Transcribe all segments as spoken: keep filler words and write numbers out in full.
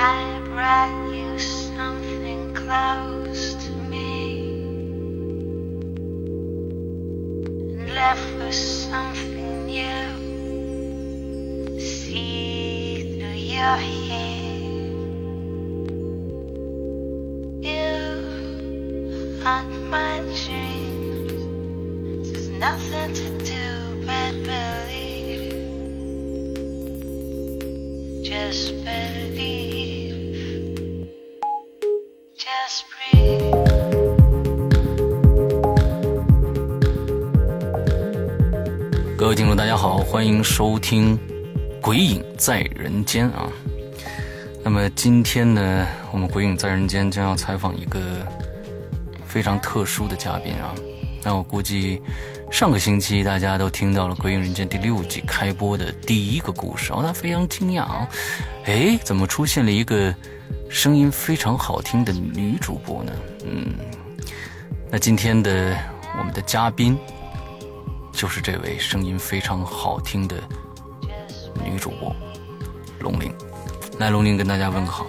I brought you something close to me and left with something new. See through your hair, you haunt my dreams. There's nothing to do but believe. Just believe. Just breathe. 各位听众大家好，欢迎收听鬼影在人间啊。那么今天呢，我们鬼影在人间将要采访一个非常特殊的嘉宾啊。那我估计上个星期大家都听到了鬼影人间第六季开播的第一个故事，哦，他非常惊讶啊，诶，怎么出现了一个声音非常好听的女主播呢？嗯，那今天的我们的嘉宾就是这位声音非常好听的女主播龙玲。来，龙玲跟大家问个好。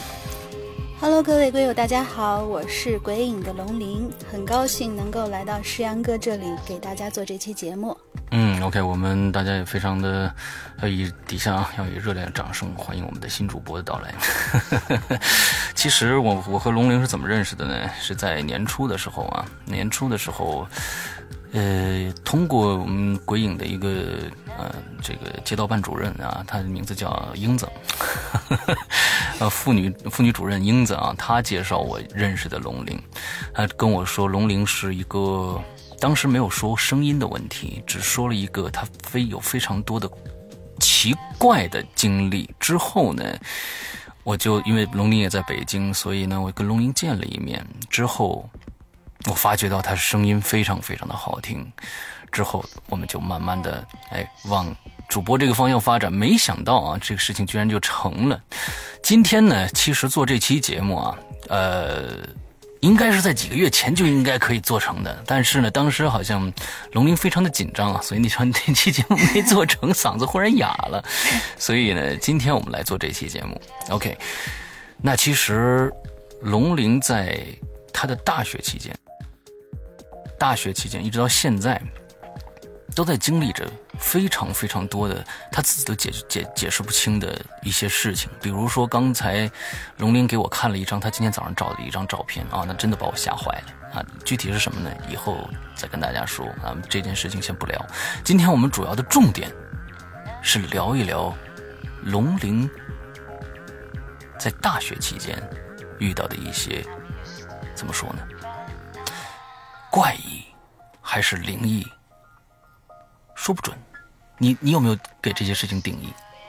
Hello， 各位鬼友，大家好，我是鬼影的龙玲，很高兴能够来到诗阳哥这里给大家做这期节目。 嗯 ，OK， 我们大家也非常的要以底下啊要以热烈的掌声欢迎我们的新主播的到来。其实我我和龙玲是怎么认识的呢？是在年初的时候啊，年初的时候。呃，通过我们鬼影的一个呃这个街道办主任啊，他的名字叫英子，呃妇女妇女主任英子啊，她介绍我认识的龙玲，她跟我说龙玲是一个，当时没有说声音的问题，只说了一个她非有非常多的奇怪的经历。之后呢，我就因为龙玲也在北京，所以呢，我跟龙玲见了一面之后。我发觉到他声音非常非常的好听，之后我们就慢慢的哎往主播这个方向发展，没想到啊这个事情居然就成了。今天呢，其实做这期节目啊，呃，应该是在几个月前就应该可以做成的，但是呢，当时好像龙玲非常的紧张啊，所以那场这期节目没做成，嗓子忽然哑了，所以呢，今天我们来做这期节目。OK， 那其实龙玲在她的大学期间。大学期间一直到现在都在经历着非常非常多的他自己都解解解释不清的一些事情。比如说刚才龙玲给我看了一张他今天早上照的一张照片啊，那真的把我吓坏了啊！具体是什么呢？以后再跟大家说啊，这件事情先不聊。今天我们主要的重点是聊一聊龙玲在大学期间遇到的一些怎么说呢？怪异还是灵异，说不准。你你有没有给这些事情定义？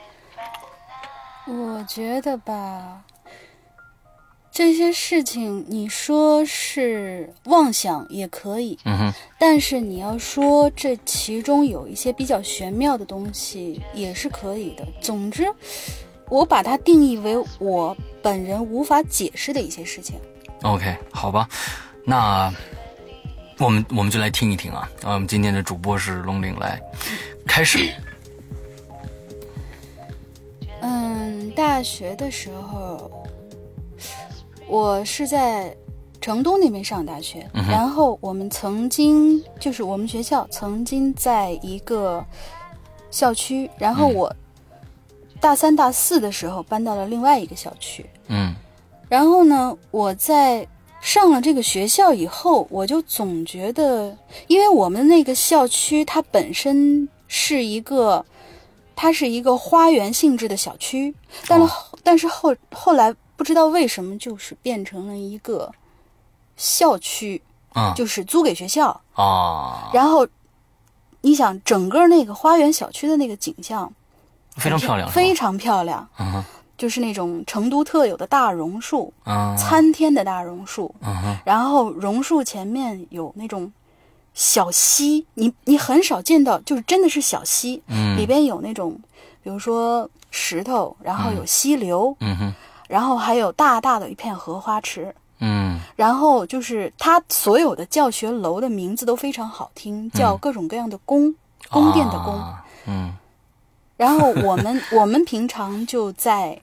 我觉得吧，这些事情你说是妄想也可以， 嗯哼， 但是你要说这其中有一些比较玄妙的东西也是可以的。总之，我把它定义为我本人无法解释的一些事情。 OK， 好吧，那。我们我们就来听一听啊！啊，我们今天的主播是龙玲，来开始。 嗯，大学的时候，我是在成都那边上大学， 嗯、 然后我们曾经就是我们学校曾经在一个校区，然后我大三大四的时候搬到了另外一个校区。 嗯， 然后呢，我在。上了这个学校以后，我就总觉得，因为我们那个校区它本身是一个，它是一个花园性质的小区，但是、哦、但是后后来不知道为什么就是变成了一个校区， 啊、嗯， 就是租给学校啊。 然后你想，整个那个花园小区的那个景象非常漂亮， 非常漂亮， 嗯。 就是那种成都特有的大榕树， 嗯， 参天的大榕树， 嗯， 然后榕树前面有那种小溪，你你很少见到，就是真的是小溪， 嗯， 里边有那种，比如说石头，然后有溪流， 嗯哼， 然后还有大大的一片荷花池， 嗯， 然后就是它所有的教学楼的名字都非常好听，叫各种各样的宫，宫、嗯、殿的宫， 啊、嗯。 然后我们我们平常就在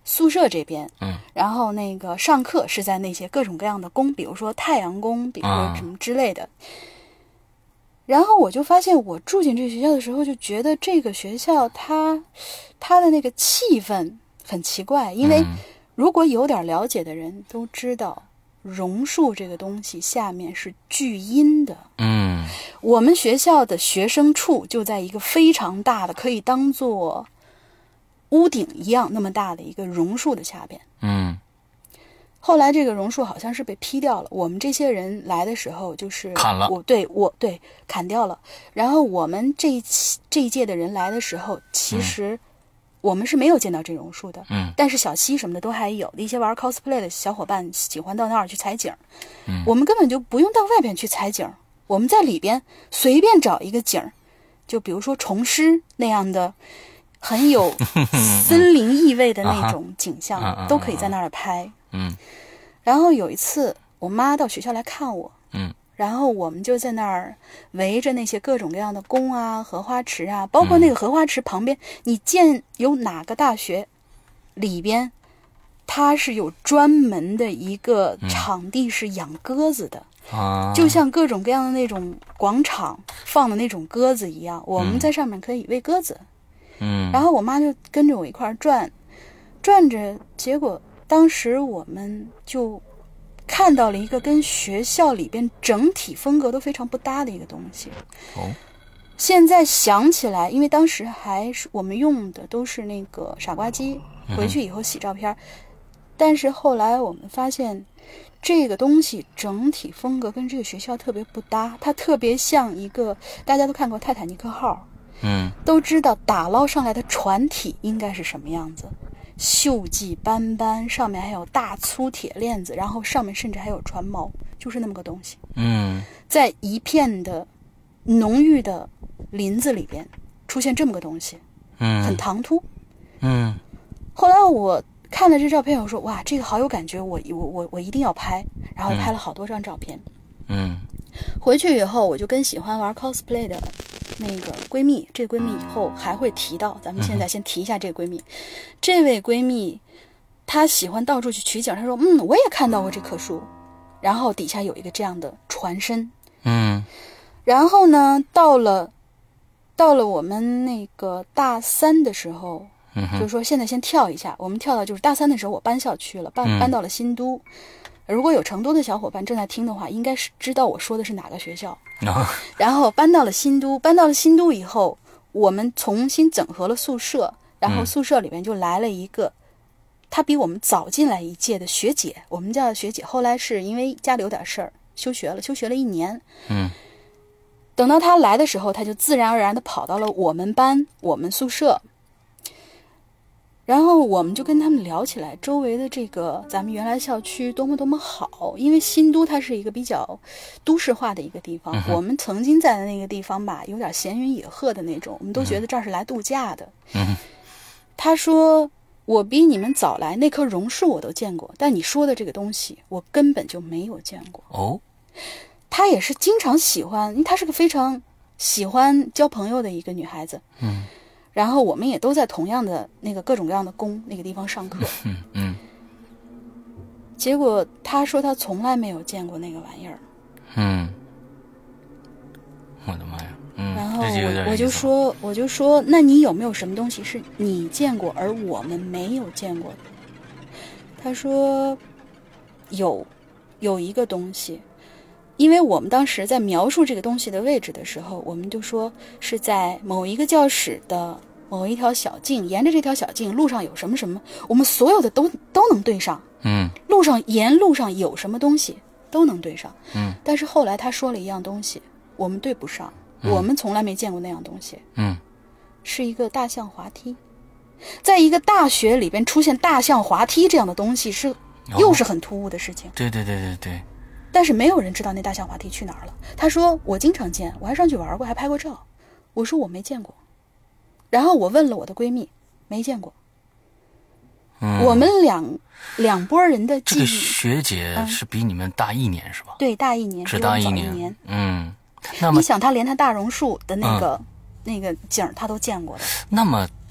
宿舍这边， 嗯， 然后那个上课是在那些各种各样的宫，比如说太阳宫，比如说什么之类的。嗯、然后我就发现，我住进这个学校的时候，就觉得这个学校它它的那个气氛很奇怪，因为如果有点了解的人都知道，榕树这个东西下面是聚阴的。 嗯， 我们学校的学生处就在一个非常大的，可以当做屋顶一样那么大的一个榕树的下边。 嗯， 后来这个榕树好像是被劈掉了，我们这些人来的时候就是砍了， 我对我对砍掉了。然后我们这一期这一届的人来的时候，其实我们是没有见到这榕树的。 嗯， 但是小溪什么的都还有，一些玩 cosplay 的小伙伴喜欢到那儿去采景。 嗯， 我们根本就不用到外边去采景，我们在里边随便找一个景，就比如说虫师那样的。很有森林意味的那种景象， 嗯、 都可以在那儿拍。 嗯， 然后有一次，我妈到学校来看我， 嗯， 然后我们就在那儿围着那些各种各样的宫啊、荷花池啊，包括那个荷花池旁边，嗯、你见有哪个大学里边，它是有专门的一个场地是养鸽子的。 啊、 就像各种各样的那种广场放的那种鸽子一样，我们在上面可以喂鸽子。 嗯， 然后我妈就跟着我一块儿转，转着，结果当时我们就看到了一个跟学校里边整体风格都非常不搭的一个东西。 哦， 现在想起来，因为当时还是我们用的都是那个傻瓜机，回去以后洗照片，嗯、但是后来我们发现，这个东西整体风格跟这个学校特别不搭，它特别像一个大家都看过泰坦尼克号。 嗯， 都知道打捞上来的船体应该是什么样子，锈迹斑斑，上面还有大粗铁链子，然后上面甚至还有船锚，就是那么个东西。 嗯， 在一片的浓郁的林子里边出现这么个东西， 嗯， 很唐突。 嗯， 后来我看了这照片，我说哇，这个好有感觉，我我我我一定要拍，然后拍了好多张照片。 嗯， 回去以后我就跟喜欢玩 cosplay 的那个闺蜜，这个闺蜜以后还会提到，咱们现在先提一下这个闺蜜。嗯、这位闺蜜她喜欢到处去取景，她说嗯我也看到过这棵树，然后底下有一个这样的船身。 嗯， 然后呢到了到了我们那个大三的时候， 嗯、 就是说现在先跳一下，我们跳到就是大三的时候我搬校区了，搬搬到了新都。如果有成都的小伙伴正在听的话，应该是知道我说的是哪个学校。 哦、 然后搬到了新都，搬到了新都以后，我们重新整合了宿舍，然后宿舍里面就来了一个，她比我们早进来一届的学姐，我们叫学姐。后来是因为家里有点事儿休学了，休学了一年。 嗯， 等到她来的时候，她就自然而然的跑到了我们班，我们宿舍。然后我们就跟他们聊起来，周围的这个咱们原来校区多么多么好，因为新都它是一个比较都市化的一个地方。 嗯、 我们曾经在的那个地方吧，有点闲云野鹤的那种，我们都觉得这儿是来度假的。 嗯， 他说我比你们早来，那棵榕树我都见过，但你说的这个东西我根本就没有见过。 哦， 她也是经常喜欢，因为她是个非常喜欢交朋友的一个女孩子。 嗯。 然后我们也都在同样的那个各种各样的宫那个地方上课。 嗯嗯。 结果他说他从来没有见过那个玩意儿。 嗯。我的妈呀！嗯。 然后我我就说我就说，那你有没有什么东西是你见过而我们没有见过的？他说有，有一个东西。因为我们当时在描述这个东西的位置的时候，我们就说是在某一个教室的某一条小径，沿着这条小径路上有什么什么，我们所有的都都能对上。 嗯， 路上沿路上有什么东西都能对上。 嗯， 但是后来他说了一样东西，我们对不上， 嗯、 我们从来没见过那样东西。 嗯， 是一个大象滑梯，在一个大学里边出现大象滑梯这样的东西是、哦、又是很突兀的事情。 对对对对对。 但是没有人知道那大象滑梯去哪儿了。他说我经常见，我还上去玩过，还拍过照。我说我没见过。然后我问了我的闺蜜，没见过。 嗯、 我们两两拨人的记忆。 这个学姐是比你们大一年、嗯、是吧？ 对，大一年， 只大一年。 一年。 嗯，那么你想，她连她大榕树的那个、嗯、那个景她都见过的。 那么，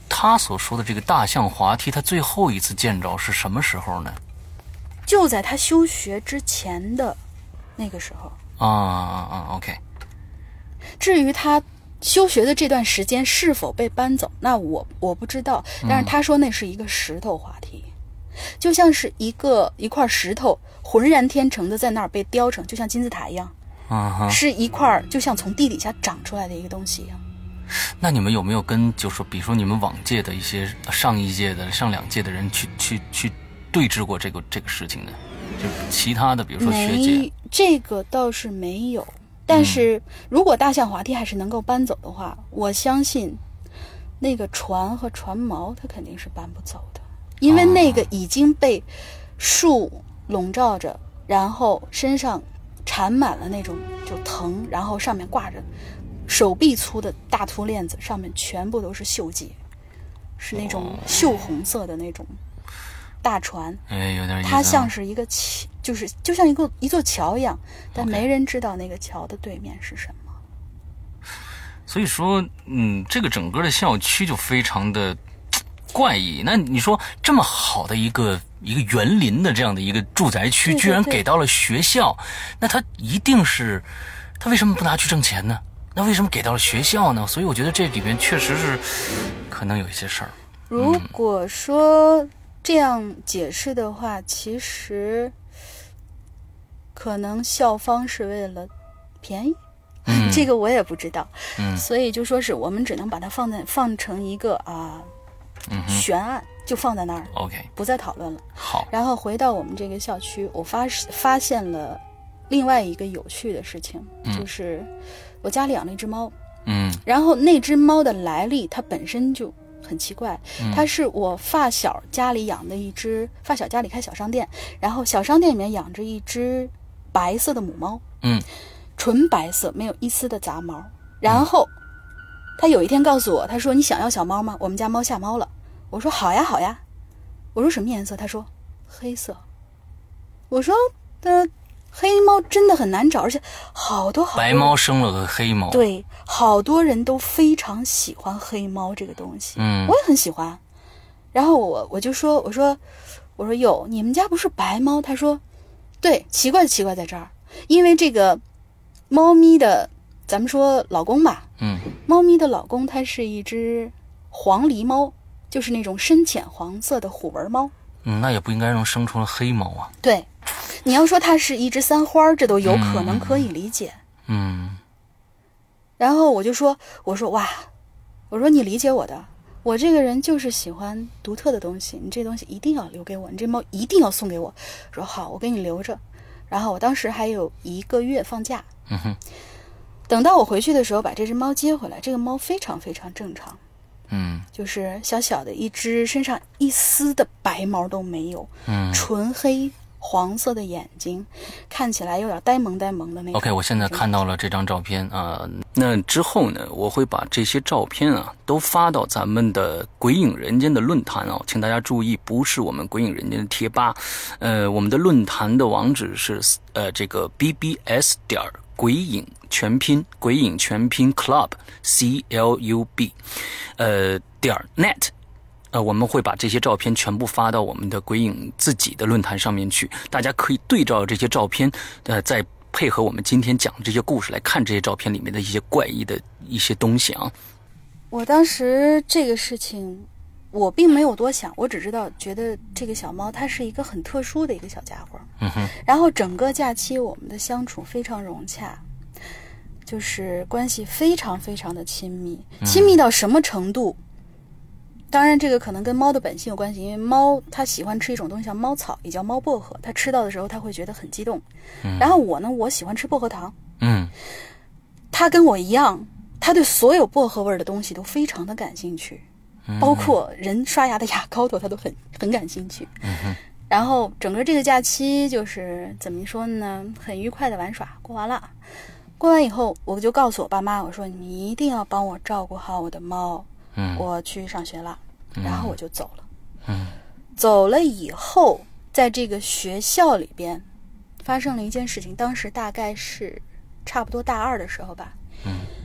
他所说的这个大象滑梯，他最后一次见着是什么时候呢？ 就在他休学之前的那个时候。 啊啊啊 ！OK。 至于他休学的这段时间是否被搬走，那我我不知道。但是他说那是一个石头滑梯，嗯、就像是一个一块石头浑然天成的在那儿被雕成，就像金字塔一样。 啊、 是一块就像从地底下长出来的一个东西一样。 那你们有没有跟就说，比如说你们往届的一些上一届的、上两届的人去去去对峙过这个这个事情呢？就其他的，比如说学姐， 没，这个倒是没有。但是如果大象滑梯还是能够搬走的话，嗯、我相信那个船和船锚它肯定是搬不走的，因为那个已经被树笼罩着，然后身上缠满了那种就藤，然后上面挂着手臂粗的大粗链子，上面全部都是锈迹，是那种锈红色的那种大船。 哎，有点意思。 它像是一个桥，就是就像一个一座桥一样，但没人知道那个桥的对面是什么。 所以说，嗯，这个整个的校区就非常的怪异。那你说这么好的一个一个园林的这样的一个住宅区， 对对对， 居然给到了学校，那他一定是他为什么不拿去挣钱呢？那为什么给到了学校呢？所以我觉得这里面确实是可能有一些事儿。 如果说这样解释的话，其实可能校方是为了便宜。嗯、这个我也不知道。嗯，所以就说是我们只能把它放在放成一个啊、呃嗯、悬案，就放在那儿 OK， 不再讨论了。 好， 然后回到我们这个校区，我发发现了另外一个有趣的事情，嗯、就是我家里养了一只猫。 嗯， 然后那只猫的来历它本身就很奇怪，嗯、它是我发小家里养的一只，发小家里开小商店，然后小商店里面养着一只白色的母猫。 嗯， 纯白色，没有一丝的杂毛。然后他有一天告诉我，他说你想要小猫吗？我们家猫下猫了。我说好呀好呀。我说什么颜色？他说黑色。我说的黑猫真的很难找，而且好多好多白猫生了个黑猫。 对，好多人都非常喜欢黑猫这个东西。 嗯， 我也很喜欢。然后我我就说我说我说哟，你们家不是白猫？他说对，奇怪的奇怪在这儿，因为这个猫咪的，咱们说老公吧， 嗯， 猫咪的老公它是一只黄狸猫，就是那种深浅黄色的虎纹猫。 嗯，那也不应该能生出了黑猫啊。 对，你要说它是一只三花，这都有可能可以理解。 嗯。 然后我就说，我说哇，我说你理解我的，我这个人就是喜欢独特的东西，你这东西一定要留给我，你这猫一定要送给我。说好，我给你留着。然后我当时还有一个月放假。 嗯哼， 等到我回去的时候，把这只猫接回来，这个猫非常非常正常， 嗯， 就是小小的一只，身上一丝的白毛都没有， 嗯， 纯黑黄色的眼睛，看起来有点呆萌呆萌的那种。 OK， 我现在看到了这张照片啊、呃，那之后呢，我会把这些照片啊都发到咱们的鬼影人间的论坛啊，请大家注意，不是我们鬼影人间的贴吧，呃，我们的论坛的网址是呃这个 B B S 点鬼影全拼鬼影全拼 club C L U B 呃点 net。呃，我们会把这些照片全部发到我们的鬼影自己的论坛上面去，大家可以对照这些照片，呃，再配合我们今天讲的这些故事来看这些照片里面的一些怪异的一些东西啊。 我当时这个事情，我并没有多想，我只知道觉得这个小猫它是一个很特殊的一个小家伙。 嗯哼。然后整个假期我们的相处非常融洽，就是关系非常非常的亲密，亲密到什么程度？嗯，当然这个可能跟猫的本性有关系，因为猫它喜欢吃一种东西叫猫草，也叫猫薄荷，它吃到的时候它会觉得很激动。嗯，然后我呢，我喜欢吃薄荷糖。 嗯， 它跟我一样，它对所有薄荷味的东西都非常的感兴趣，嗯，包括人刷牙的牙膏头它都很很感兴趣。 嗯， 然后整个这个假期就是怎么说呢，很愉快的玩耍过完了。过完以后我就告诉我爸妈，我说你一定要帮我照顾好我的猫。 嗯， 我去上学了，然后我就走了。 嗯， 走了以后，在这个学校里边发生了一件事情，当时大概是差不多大二的时候吧。 嗯，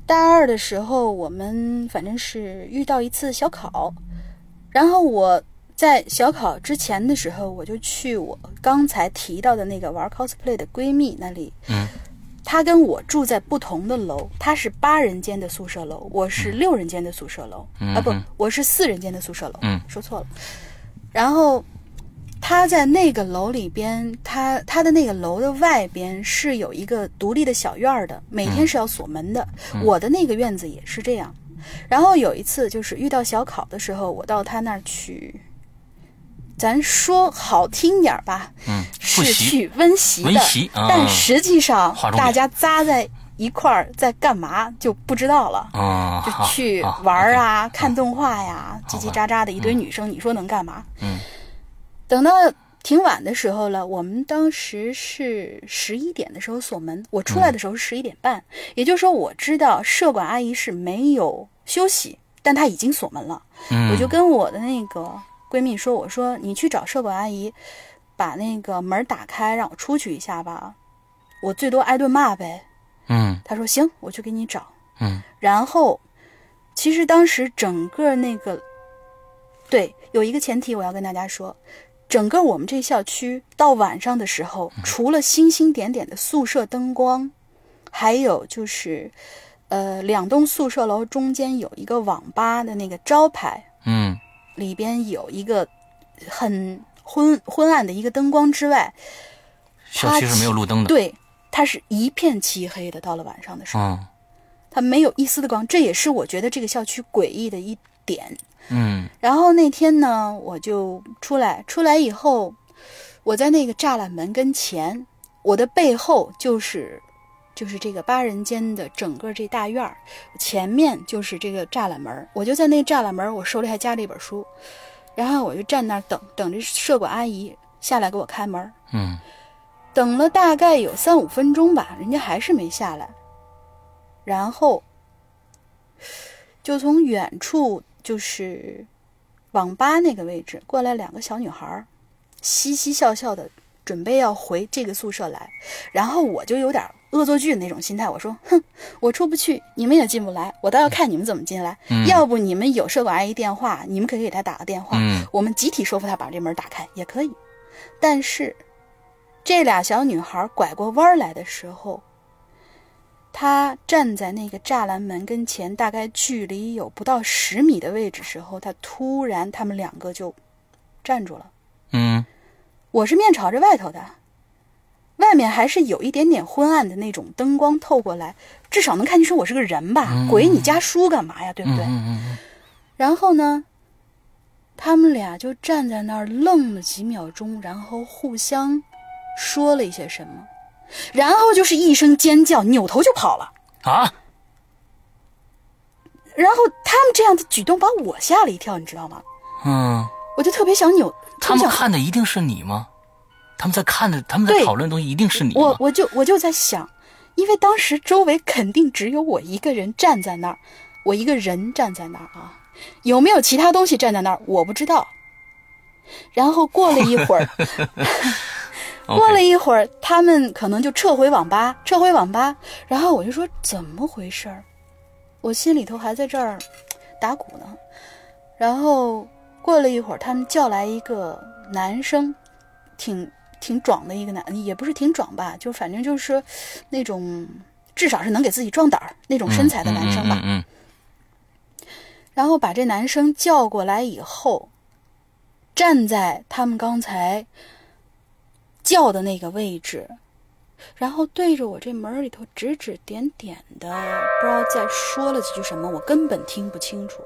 大二的时候，我们反正是遇到一次小考，然后我在小考之前的时候，我就去我刚才提到的那个玩 cosplay 的闺蜜那里。 嗯， 她跟我住在不同的楼，她是八人间的宿舍楼，我是六人间的宿舍楼。 嗯、 啊不，我是四人间的宿舍楼。 嗯， 说错了。然后她在那个楼里边，她她的那个楼的外边是有一个独立的小院的，每天是要锁门的。 嗯、 我的那个院子也是这样。然后有一次就是遇到小考的时候，我到她那儿去。咱说好听点吧， 嗯， 是去温习的， 温习啊、 但实际上大家扎在一块儿在干嘛就不知道了， 啊、 就去玩啊、 啊看动画呀，叽叽喳喳的一堆女生， 嗯、 你说能干嘛？ 嗯， 等到挺晚的时候了，我们当时是十一点的时候锁门，我出来的时候是十一点半，嗯、也就是说我知道舍管阿姨是没有休息，但她已经锁门了， 嗯、 我就跟我的那个。闺蜜说：“我说你去找舍管阿姨，把那个门打开，让我出去一下吧，我最多挨顿骂呗。” 嗯， 她说：“行，我去给你找。” 嗯， 然后，其实当时整个那个，对，有一个前提我要跟大家说，整个我们这校区到晚上的时候， 嗯、 除了星星点点的宿舍灯光，还有就是，呃，两栋宿舍楼中间有一个网吧的那个招牌。 嗯。 里边有一个很昏昏暗的一个灯光之外， 校区是没有路灯的。 对，它是一片漆黑的。到了晚上的时候， 嗯， 它没有一丝的光，这也是我觉得这个校区诡异的一点。 嗯， 然后那天呢，我就出来，出来以后，我在那个栅栏门跟前，我的背后就是就是这个八人间的整个这大院儿，前面就是这个栅栏门，我就在那栅栏门，我手里还夹着一本书，然后我就站那儿等等着舍管阿姨下来给我开门。 嗯， 等了大概有三五分钟吧，人家还是没下来，然后就从远处就是网吧那个位置过来两个小女孩，嘻嘻笑笑的准备要回这个宿舍来，然后我就有点恶作剧的那种心态，我说哼，我出不去，你们也进不来，我倒要看你们怎么进来。 嗯、 要不你们有舍管阿姨电话，你们可以给她打个电话， 嗯、 我们集体说服她把这门打开也可以。但是这俩小女孩拐过弯来的时候，她站在那个栅栏门跟前，大概距离有不到十米的位置时候，她突然他们两个就站住了。 嗯， 我是面朝着外头的，外面还是有一点点昏暗的那种灯光透过来，至少能看清楚我是个人吧。 嗯、 鬼你家书干嘛呀，对不对？ 嗯嗯嗯、 然后呢，他们俩就站在那儿愣了几秒钟，然后互相说了一些什么，然后就是一声尖叫，扭头就跑了啊！ 然后他们这样的举动把我吓了一跳，你知道吗？ 嗯， 我就特别想扭。 他们看的一定是你吗？他们在看的，他们在讨论的东西一定是你吗？ 我我就我就在想，因为当时周围肯定只有我一个人站在那儿，我一个人站在那儿啊，有没有其他东西站在那儿我不知道。然后过了一会儿过了一会儿他们可能就撤回网吧撤回网吧然后我就说怎么回事儿，我心里头还在这儿打鼓呢。然后过了一会儿他们叫来一个男生，挺挺壮的一个男，也不是挺壮吧，就反正就是那种至少是能给自己壮胆儿那种身材的男生吧。 嗯嗯嗯嗯、 然后把这男生叫过来以后，站在他们刚才叫的那个位置，然后对着我这门里头指指点点的，不知道再说了几句什么，我根本听不清楚。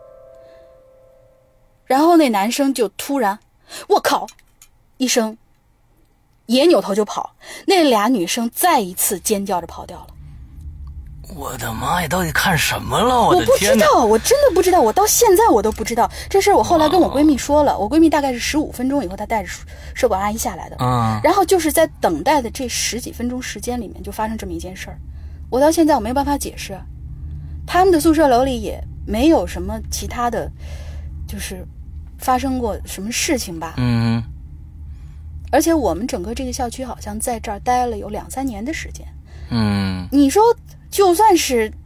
然后那男生就突然我靠一声也扭头就跑，那俩女生再一次尖叫着跑掉了。 我的妈呀，到底看什么了？我的天哪！ 我不知道，我真的不知道，我到现在我都不知道这事儿。我后来跟我闺蜜说了，我闺蜜大概是十五分钟以后她带着舍管阿姨下来的， 嗯， 然后就是在等待的这十几分钟时间里面就发生这么一件事儿，我到现在我没有办法解释。他们的宿舍楼里也没有什么其他的就是发生过什么事情吧， 嗯， 而且我们整个这个校区好像在这儿待了有两三年的时间， 嗯， 你说就算是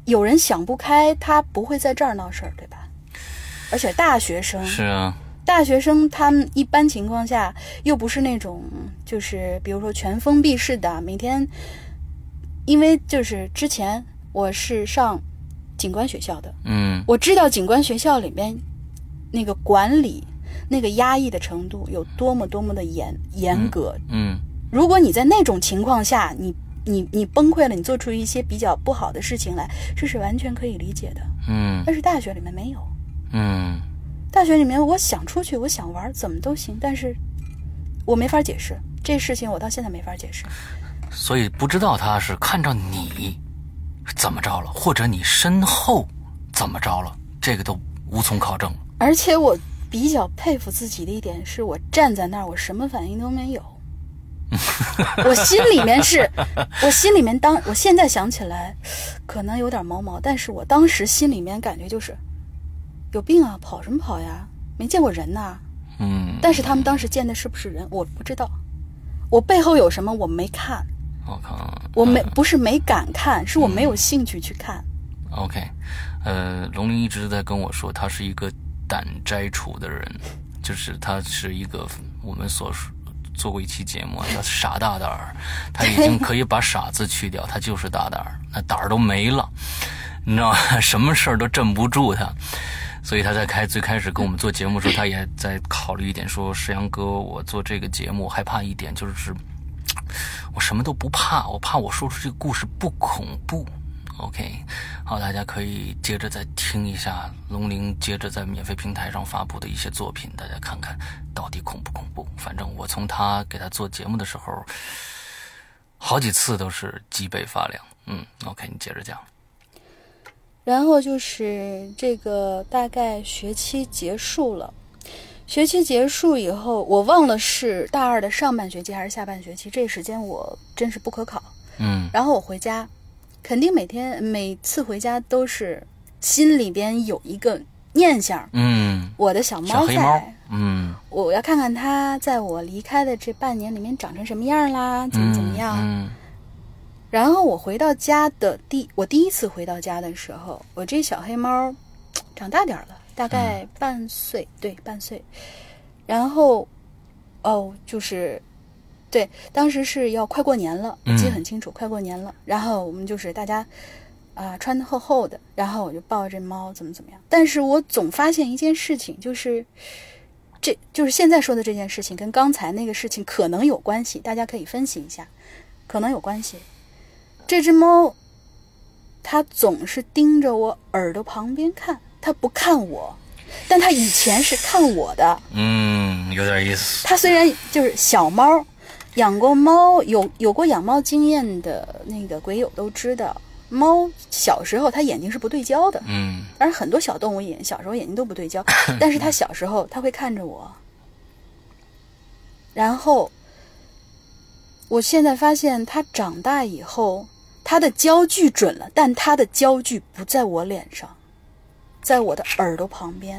有人想不开，他不会在这儿闹事儿，对吧？而且大学生是啊， 大学生他们一般情况下又不是那种就是比如说全封闭式的，每天，因为就是之前我是上警官学校的， 嗯， 我知道警官学校里面那个管理那个压抑的程度有多么多么的严严格。 嗯， 如果你在那种情况下，你你你崩溃了，你做出一些比较不好的事情来，这是完全可以理解的。 嗯， 但是大学里面没有。 嗯， 大学里面我想出去，我想玩怎么都行，但是我没法解释这事情，我到现在没法解释。 所以不知道他是看着你怎么着了，或者你身后怎么着了，这个都无从考证。 而且我比较佩服自己的一点是，我站在那儿，我什么反应都没有。我心里面是，我心里面当我现在想起来，可能有点毛毛，但是我当时心里面感觉就是有病啊，跑什么跑呀？没见过人呐、啊。 嗯， 但是他们当时见的是不是人，我不知道。我背后有什么，我没看。 我看， 我没不是没敢看，是我没有兴趣去看。 OK， 呃，龙鳞一直在跟我说，他是一个胆摘除的人，就是他是一个我们所做过一期节目叫傻大胆儿，他已经可以把傻字去掉，他就是大胆儿，那胆儿都没了，你知道吗？什么事儿都镇不住他。所以他在开最开始跟我们做节目的时候，他也在考虑一点，说石阳哥，我做这个节目害怕一点，就是我什么都不怕，我怕我说出这个故事不恐怖。OK， 好，大家可以接着再听一下龙鳞接着在免费平台上发布的一些作品，大家看看到底恐不恐怖。反正我从他给他做节目的时候，好几次都是脊背发凉。嗯 ，OK， 你接着讲。 然后就是这个大概学期结束了，学期结束以后，我忘了是大二的上半学期还是下半学期，这时间我真是不可考。 嗯， 然后我回家，肯定每天每次回家都是心里边有一个念想， 嗯， 我的小猫在， 小黑猫，嗯， 我要看看它在我离开的这半年里面长成什么样啦，怎么怎么样。 嗯，嗯然后我回到家的第，我第一次回到家的时候，我这小黑猫长大点了，大概半岁，嗯、对，半岁。然后，哦，就是，对，当时是要快过年了，我记得很清楚，嗯、快过年了。然后我们就是大家啊、呃、穿的厚厚的，然后我就抱着这猫怎么怎么样。但是我总发现一件事情，就是这就是现在说的这件事情跟刚才那个事情可能有关系，大家可以分析一下，可能有关系。这只猫它总是盯着我耳朵旁边看，它不看我，但它以前是看我的。 嗯，有点意思。 它虽然就是小猫，养过猫有有过养猫经验的那个鬼友都知道，猫小时候它眼睛是不对焦的。 嗯， 而很多小动物眼小时候眼睛都不对焦，但是它小时候它会看着我。然后我现在发现它长大以后，它的焦距准了，但它的焦距不在我脸上，在我的耳朵旁边。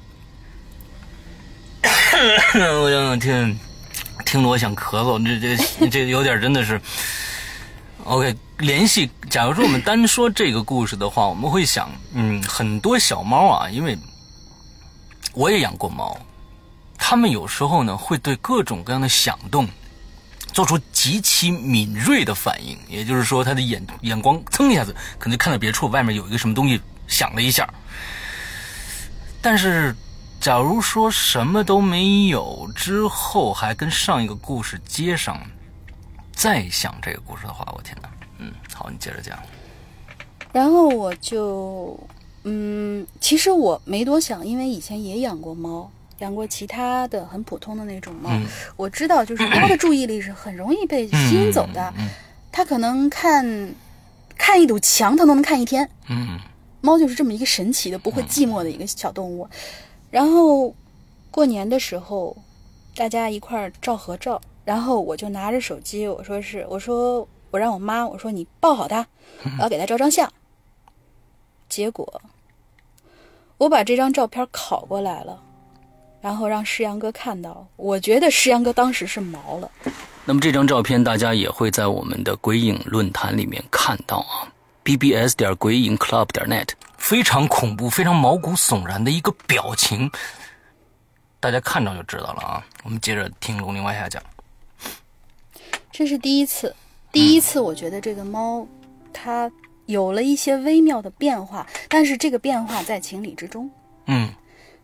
我想想听，听得我想咳嗽，这这这有点真的是。OK， 联系，假如说我们单说这个故事的话，我们会想，嗯，很多小猫啊，因为我也养过猫，它们有时候呢会对各种各样的响动做出极其敏锐的反应，也就是说，他的眼眼光噌一下子，可能就看到别处外面有一个什么东西响了一下。但是，假如说什么都没有之后，还跟上一个故事接上，再想这个故事的话，我天哪！嗯，好，你接着讲。 然后我就，嗯，其实我没多想，因为以前也养过猫。养过其他的很普通的那种猫、嗯、我知道就是猫的注意力是很容易被吸引走的、嗯嗯、它可能看看一堵墙它都能看一天、嗯、猫就是这么一个神奇的不会寂寞的一个小动物。然后过年的时候大家一块照合照，然后我就拿着手机，我说是我说我让我妈我说你抱好它，我要给它照张相。结果我把这张照片拷过来了，然后让诗阳哥看到，我觉得诗阳哥当时是毛了。 那么这张照片大家也会在我们的鬼影论坛里面看到啊。 b b s 点鬼影 club 点 net， 非常恐怖、非常毛骨悚然的一个表情，大家看着就知道了啊。我们接着听龙鳞往下讲。 这是第一次，第一次我觉得这个猫它有了一些微妙的变化，但是这个变化在情理之中。 嗯，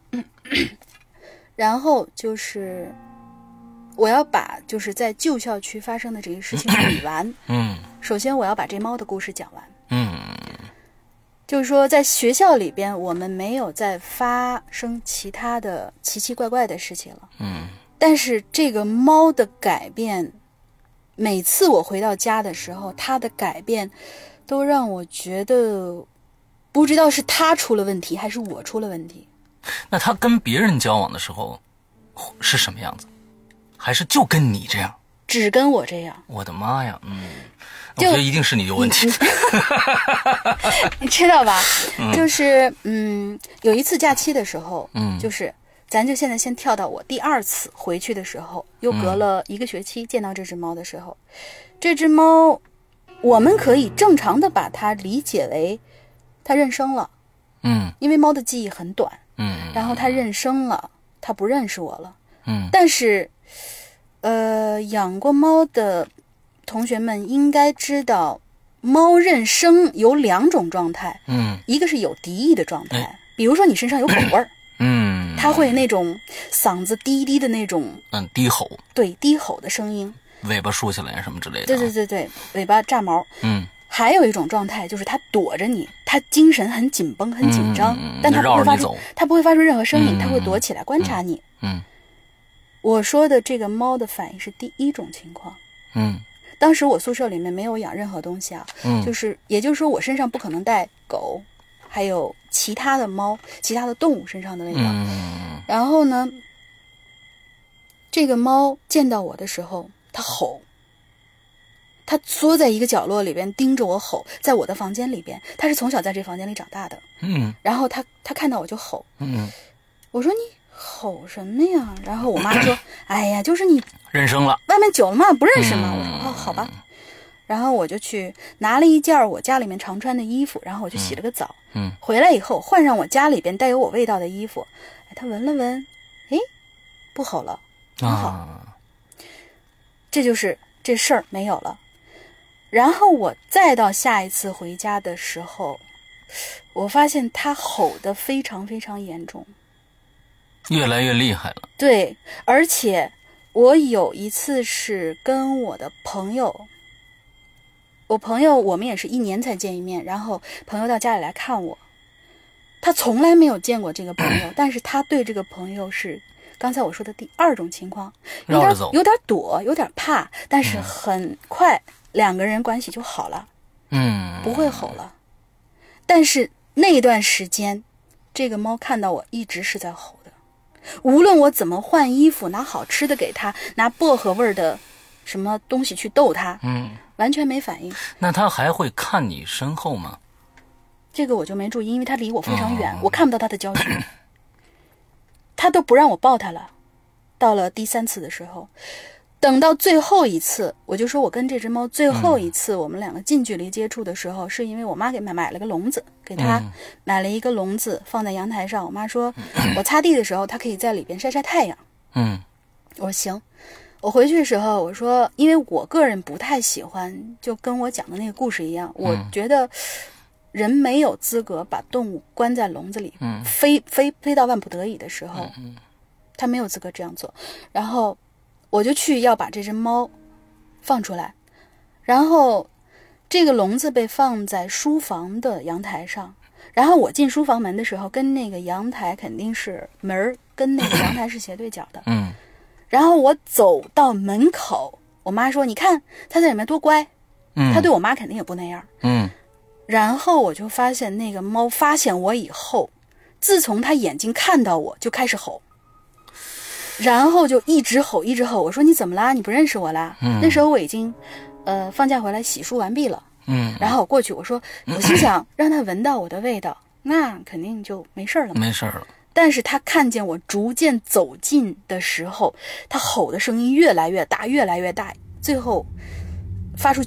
然后就是我要把就是在旧校区发生的这个事情捋完。 嗯， 首先我要把这猫的故事讲完。 嗯， 就是说在学校里边我们没有再发生其他的奇奇怪怪的事情了。 嗯， 但是这个猫的改变，每次我回到家的时候，它的改变都让我觉得不知道是它出了问题还是我出了问题。 那他跟别人交往的时候是什么样子？还是就跟你这样？ 只跟我这样。 我的妈呀，嗯，我觉得一定是你有问题。 你知道吧？嗯、就是嗯，有一次假期的时候， 嗯， 就是咱就现在先跳到我第二次回去的时候，又隔了一个学期见到这只猫的时候，嗯、这只猫我们可以正常的把它理解为它认生了。 嗯， 因为猫的记忆很短。 嗯， 然后它认生了，它不认识我了。 嗯， 但是呃养过猫的同学们应该知道，猫认生有两种状态。 嗯， 一个是有敌意的状态，嗯、比如说你身上有狗味儿。 嗯， 它会那种嗓子低低的那种， 嗯，低吼。对， 低吼的声音， 尾巴竖起来什么之类的。 对对对对，尾巴炸毛。 嗯。 还有一种状态就是它躲着你，它精神很紧绷很紧张， 嗯、 但它不会发出它不会发出任何声音，它、 嗯、 会躲起来观察你。 嗯， 我说的这个猫的反应是第一种情况。 嗯， 当时我宿舍里面没有养任何东西啊， 嗯， 就是也就是说我身上不可能带狗，还有其他的猫、其他的动物身上的味道。 嗯， 然后呢，这个猫见到我的时候，它吼。他缩在一个角落里边盯着我吼，在我的房间里边，他是从小在这房间里长大的。 嗯， 然后他他看到我就吼。 嗯， 我说你吼什么呀？然后我妈说，哎呀，就是你认生了， 外面久了嘛，不认识嘛。 嗯、 我说哦，好吧。然后我就去拿了一件我家里面常穿的衣服，然后我去洗了个澡。 嗯， 回来以后换上我家里边带有我味道的衣服，哎，他闻了闻，哎，不吼了，很好。啊、这就是这事儿没有了。然后我再到下一次回家的时候，我发现他吼得非常非常严重， 越来越厉害了。 对，而且我有一次是跟我的朋友，我朋友我们也是一年才见一面，然后朋友到家里来看我，他从来没有见过这个朋友，但是他对这个朋友是刚才我说的第二种情况，有点有点躲，有点怕，但是很快。嗯，两个人关系就好了， 嗯， 不会吼了。但是那段时间，这个猫看到我一直是在吼的，无论我怎么换衣服，拿好吃的给它，拿薄荷味的什么东西去逗它， 嗯， 完全没反应。 那它还会看你身后吗？ 这个我就没注意，因为它离我非常远，哦、我看不到它的焦距，它都不让我抱它了。到了第三次的时候。等到最后一次，我就说我跟这只猫最后一次我们两个近距离接触的时候，嗯、是因为我妈给买买了个笼子，给它买了一个笼子放在阳台上。我妈说，嗯、我擦地的时候，它可以在里边晒晒太阳。 嗯， 我说行。我回去的时候，我说，因为我个人不太喜欢，就跟我讲的那个故事一样，我觉得人没有资格把动物关在笼子里， 嗯、 非非非到万不得已的时候， 嗯、 他没有资格这样做。然后。我就去要把这只猫放出来，然后这个笼子被放在书房的阳台上，然后我进书房门的时候，跟那个阳台肯定是门跟那个阳台是斜对角的。 嗯， 然后我走到门口，我妈说：“你看它在里面多乖。”嗯，它对我妈肯定也不那样。 嗯， 然后我就发现那个猫发现我以后，自从它眼睛看到我就开始吼。然后就一直吼一直吼，我说你怎么啦？你不认识我啦？ 嗯， 那时候我已经，呃，放假回来洗漱完毕了。 嗯， 然后我过去，我说，我心想让他闻到我的味道，那肯定就没事了嘛。 没事了。 但是他看见我逐渐走近的时候，他吼的声音越来越大，越来越大，最后发出叫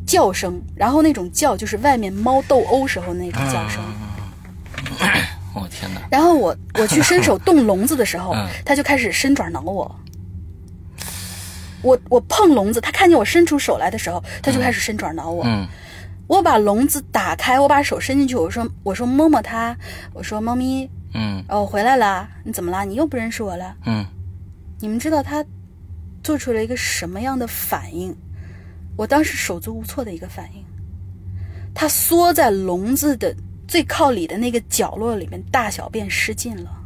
叫声，然后那种叫就是外面猫斗殴时候那种叫声。 嗯、我天哪！ 然后我我去伸手动笼子的时候， 嗯、 它就开始伸爪挠我。我我碰笼子，它看见我伸出手来的时候，它就开始伸爪挠我。 嗯， 我把笼子打开，我把手伸进去，我说我说摸摸它，我说猫咪， 嗯， 哦，我回来了，你怎么啦？你又不认识我了？ 嗯， 你们知道它做出了一个什么样的反应？我当时手足无措的一个反应，它缩在笼子的最靠里的那个角落里面，大小便失禁了。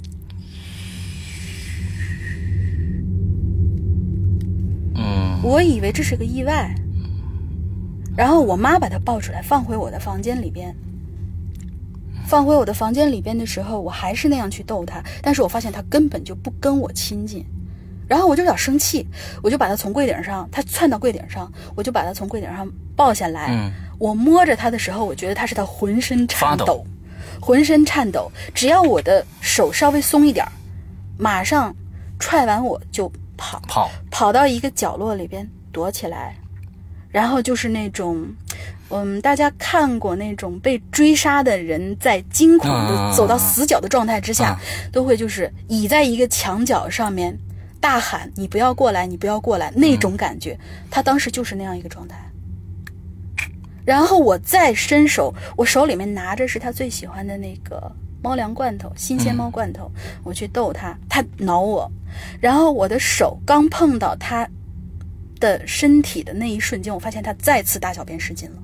嗯， 我以为这是个意外，然后我妈把它抱出来放回我的房间里边。放回我的房间里边的时候，我还是那样去逗它，但是我发现它根本就不跟我亲近。然后我就有点生气，我就把它从柜顶上，它窜到柜顶上，我就把它从柜顶上抱下来。 嗯， 我摸着它的时候，我觉得它是它浑身颤抖， 抖浑身颤抖。只要我的手稍微松一点，马上踹完我就跑， 跑跑到一个角落里边躲起来。然后就是那种，嗯，大家看过那种被追杀的人在惊恐的走到死角的状态之下， 嗯、 都会就是倚在一个墙角上面大喊你不要过来，你不要过来，那种感觉。他当时就是那样一个状态。然后我再伸手，我手里面拿着是他最喜欢的那个猫粮罐头，新鲜猫罐头，嗯、我去逗他，他挠我，然后我的手刚碰到他的身体的那一瞬间，我发现他再次大小便失禁了。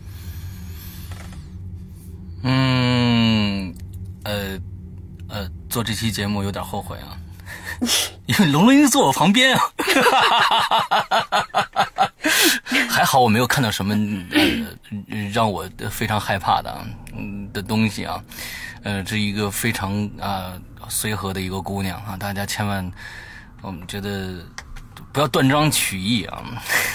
嗯，呃呃，做这期节目有点后悔啊。因为龙龙坐我旁边啊，还好我没有看到什么呃让我非常害怕的嗯的东西啊，呃，这一个非常啊、呃、随和的一个姑娘啊，大家千万我们觉得不要断章取义啊。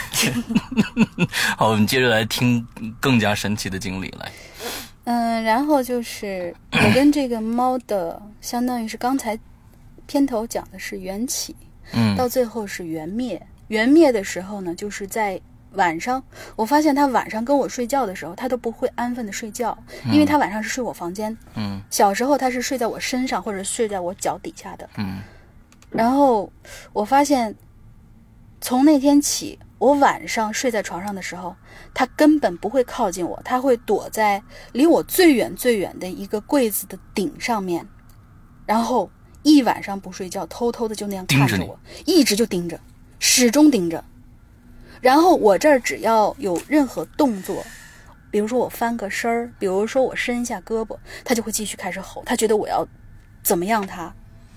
好，我们接着来听更加神奇的经历来。 嗯，然后就是我跟这个猫的，相当于是刚才片头讲的是缘起， 嗯， 到最后是缘灭。缘灭的时候呢，就是在晚上，我发现他晚上跟我睡觉的时候，他都不会安分的睡觉，因为他晚上是睡我房间。 嗯， 小时候他是睡在我身上或者睡在我脚底下的。 嗯， 然后我发现，从那天起，我晚上睡在床上的时候，他根本不会靠近我，他会躲在离我最远最远的一个柜子的顶上面，然后一晚上不睡觉，偷偷的就那样看着我，一直就盯着，始终盯着。然后我这儿只要有任何动作，比如说我翻个身儿，比如说我伸一下胳膊，他就会继续开始吼，他觉得我要怎么样他。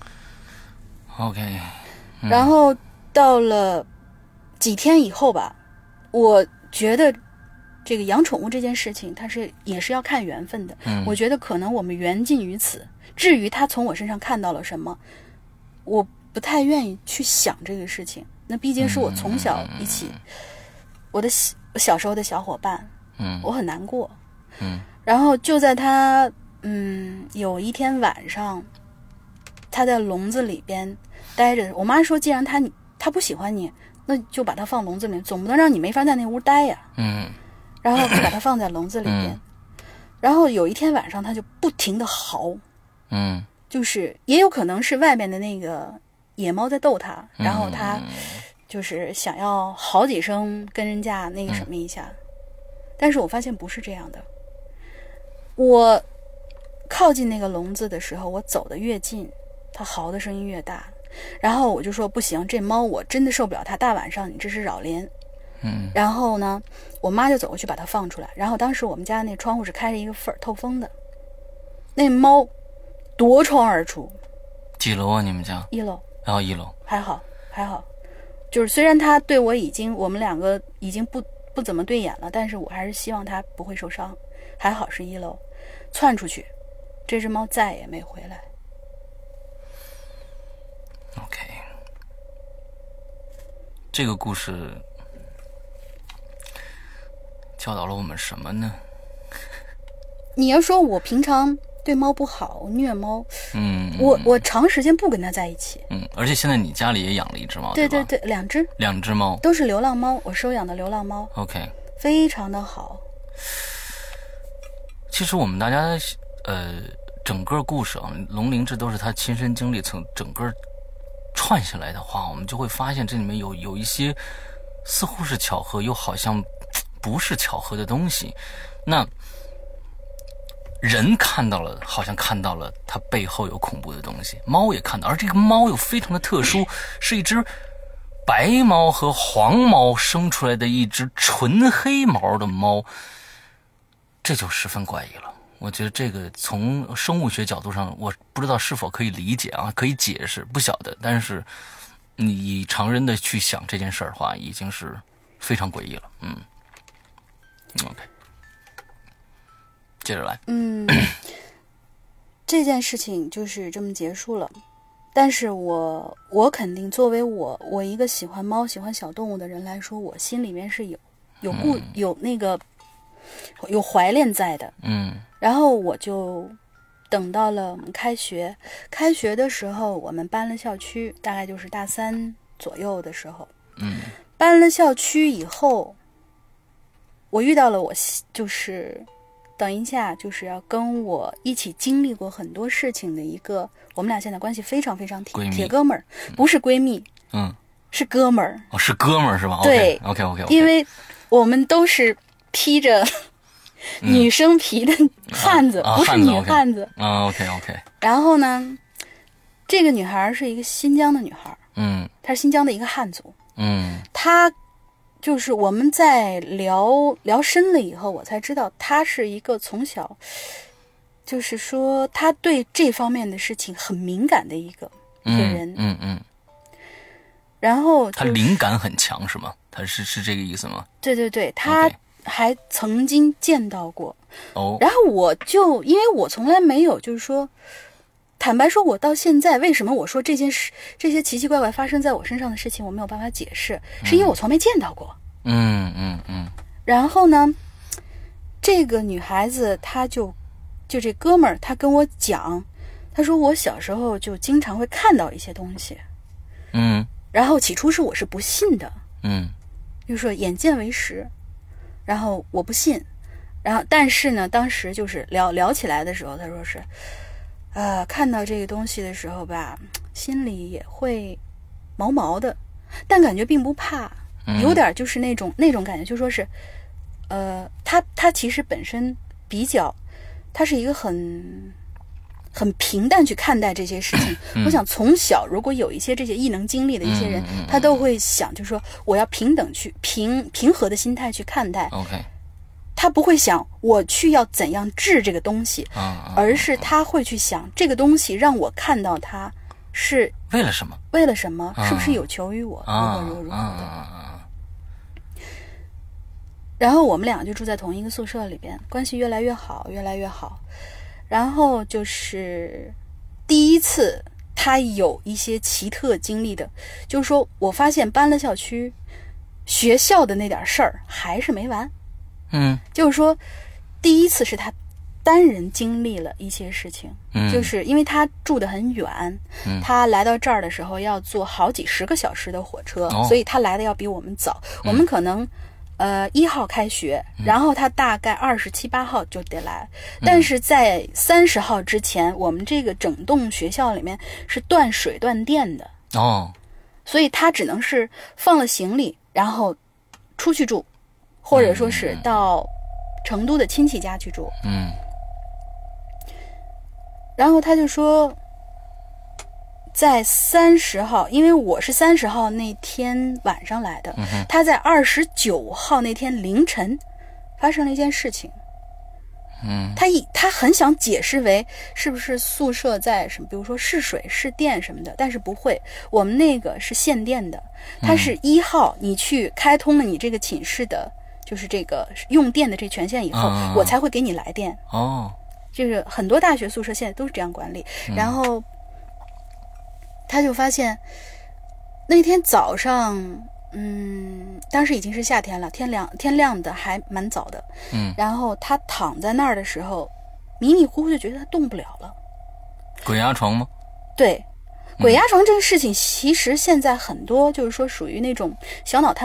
OK，嗯、 然后到了几天以后吧，我觉得这个养宠物这件事情，它是也是要看缘分的。 嗯， 我觉得可能我们缘尽于此。至于他从我身上看到了什么，我不太愿意去想这个事情。那毕竟是我从小一起，嗯、我的小时候的小伙伴， 嗯， 我很难过， 嗯。 然后就在他，嗯，有一天晚上，他在笼子里边待着。我妈说，既然他他不喜欢你，那就把他放笼子里面，总不能让你没法在那屋待呀。 嗯。 然后就把他放在笼子里边。嗯、然后有一天晚上，他就不停地嚎。 嗯。 就是也有可能是外面的那个野猫在逗他，然后他就是想要好几声跟人家那个什么一下，嗯、但是我发现不是这样的。我靠近那个笼子的时候，我走得越近，它嚎的声音越大。然后我就说不行，这猫我真的受不了它，大晚上你这是扰邻。 嗯。 然后呢，我妈就走过去把它放出来。然后当时我们家那窗户是开着一个缝透风的，那猫夺窗而出。 几楼啊？你们家？ 一楼。 然后一楼。 还好，还好。就是虽然他对我已经，我们两个已经不不怎么对眼了，但是我还是希望他不会受伤。还好是一楼，窜出去，这只猫再也没回来。 OK， 这个故事教导了我们什么呢？ 你要说我平常对猫不好，虐猫， 嗯， 我我长时间不跟它在一起， 嗯，而且现在你家里也养了一只猫， 对对对对，两只， 两只猫都是流浪猫，我收养的流浪猫。 OK， 非常的好。 其实我们大家呃整个故事啊，龙鳞这都是他亲身经历，从整个串下来的话，我们就会发现这里面有有一些似乎是巧合，又好像不是巧合的东西。那人看到了，好像看到了它背后有恐怖的东西，猫也看到，而这个猫又非常的特殊，是一只白猫和黄猫生出来的一只纯黑毛的猫，这就十分怪异了。我觉得这个从生物学角度上，我不知道是否可以理解啊，可以解释，不晓得。但是你以常人的去想这件事儿的话，已经是非常诡异了。嗯 ，OK， 接着来。 嗯，这件事情就是这么结束了。但是我我肯定作为我我一个喜欢猫喜欢小动物的人来说，我心里面是有有故、嗯、有那个有怀恋在的。 嗯。 然后我就等到了我们开学，开学的时候我们搬了校区，大概就是大三左右的时候。 嗯。 搬了校区以后，我遇到了我就是等一下就是要跟我一起经历过很多事情的一个，我们俩现在关系非常非常铁铁哥们儿，不是闺蜜， 嗯， 是哥们儿。 哦，是哥们儿是吧？ 对 ，OK OK OK， 因为我们都是披着女生皮的汉子， 嗯、 不是女汉子。 啊 ，OK OK。 然后呢，这个女孩是一个新疆的女孩， 嗯， 她是新疆的一个汉族， 嗯， 她就是我们在聊聊深了以后，我才知道她是一个从小，就是说她对这方面的事情很敏感的一个、 嗯、 一个人， 嗯嗯。 然后、就是、 她灵感很强是吗？她是是这个意思吗？ 对对对，她。Okay.还曾经见到过， 哦， 然后我就因为我从来没有就是说，坦白说，我到现在为什么我说这件事这些奇奇怪怪发生在我身上的事情我没有办法解释，是因为我从没见到过。 嗯嗯嗯。 然后呢，这个女孩子她就就这哥们儿他跟我讲，他说我小时候就经常会看到一些东西， 嗯， 然后起初是我是不信的， 嗯， 就说眼见为实。然后我不信，然后但是呢，当时就是聊聊起来的时候，他说是，呃，看到这个东西的时候吧，心里也会毛毛的，但感觉并不怕，有点就是那种、嗯、那种感觉，就说是，呃，他他其实本身比较，他是一个很很平淡去看待这些事情。 嗯、 我想从小如果有一些这些异能经历的一些人， 嗯、 他都会想，就是说我要平等去平平和的心态去看待。 OK， 他不会想我去要怎样治这个东西， 啊、 而是他会去想、啊、这个东西让我看到它是为了什么？ 为了什么？ 啊、 是不是有求于我？ 啊、 如何如何的？ 啊、 然后我们俩就住在同一个宿舍里边，关系越来越好，越来越好。然后就是第一次他有一些奇特经历的，就是说我发现搬了校区，学校的那点事儿还是没完。 嗯， 就是说第一次是他单人经历了一些事情， 嗯， 就是因为他住得很远， 嗯， 他来到这儿的时候要坐好几十个小时的火车， 哦、 所以他来的要比我们早。嗯、我们可能呃一号开学，然后他大概二十七八号就得来，嗯、但是在三十号之前，我们这个整栋学校里面是断水断电的哦， 所以他只能是放了行李，然后出去住。或者说是到成都的亲戚家去住， 嗯， 然后他就说，在三十号，因为我是三十号那天晚上来的， 嗯、 他在二十九号那天凌晨发生了一件事情， 嗯， 他一他很想解释为是不是宿舍在什么，比如说是水是电什么的，但是不会，我们那个是限电的，它是一号，你去开通了你这个寝室的。就是这个用电的这权限以后、嗯、我才会给你来电哦， 就是很多大学宿舍现在都是这样管理、嗯、然后他就发现那天早上嗯，当时已经是夏天了，天亮天亮的还蛮早的， 嗯， 然后他躺在那儿的时候迷迷糊糊就觉得他动不了了。 鬼压床吗？ 对，鬼压床这个事情其实现在很多就是说属于那种小脑瘫痪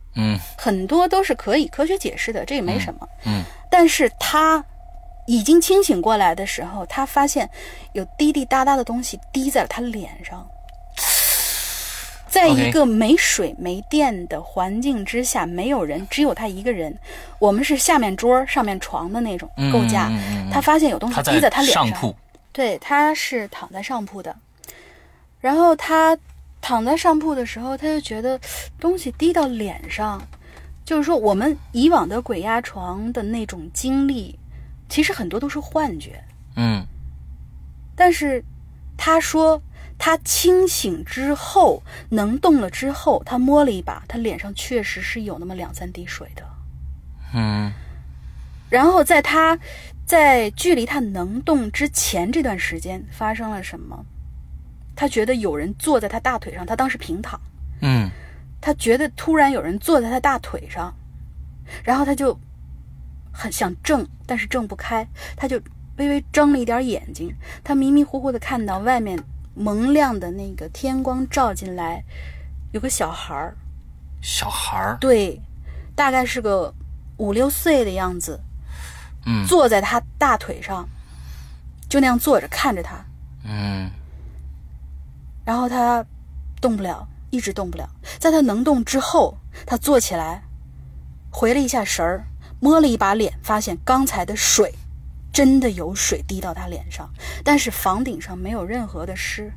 嗯很多都是可以科学解释的，这也没什么。 嗯但是他已经清醒过来的时候，他发现有滴滴答答的东西滴在了他脸上。在一个没水没电的环境之下，没有人，只有他一个人。我们是下面桌上面床的那种构架， 嗯嗯嗯、 他发现有东西滴在他脸上。 上铺， 对，他是躺在上铺的。然后他躺在上铺的时候，他就觉得东西滴到脸上，就是说我们以往的鬼压床的那种经历，其实很多都是幻觉。 嗯， 但是他说他清醒之后能动了之后，他摸了一把，他脸上确实是有那么两三滴水的。 嗯， 然后在他在距离他能动之前这段时间发生了什么？他觉得有人坐在他大腿上，他当时平躺。 嗯， 他觉得突然有人坐在他大腿上，然后他就很想挣，但是挣不开，他就微微睁了一点眼睛，他迷迷糊糊的看到外面蒙亮的那个天光照进来，有个小孩儿， 小孩儿， 对，大概是个五六岁的样子， 嗯， 坐在他大腿上，就那样坐着看着他， 嗯， 然后他动不了，一直动不了。在他能动之后，他坐起来，回了一下神儿，摸了一把脸，发现刚才的水真的有水滴到他脸上，但是房顶上没有任何的湿。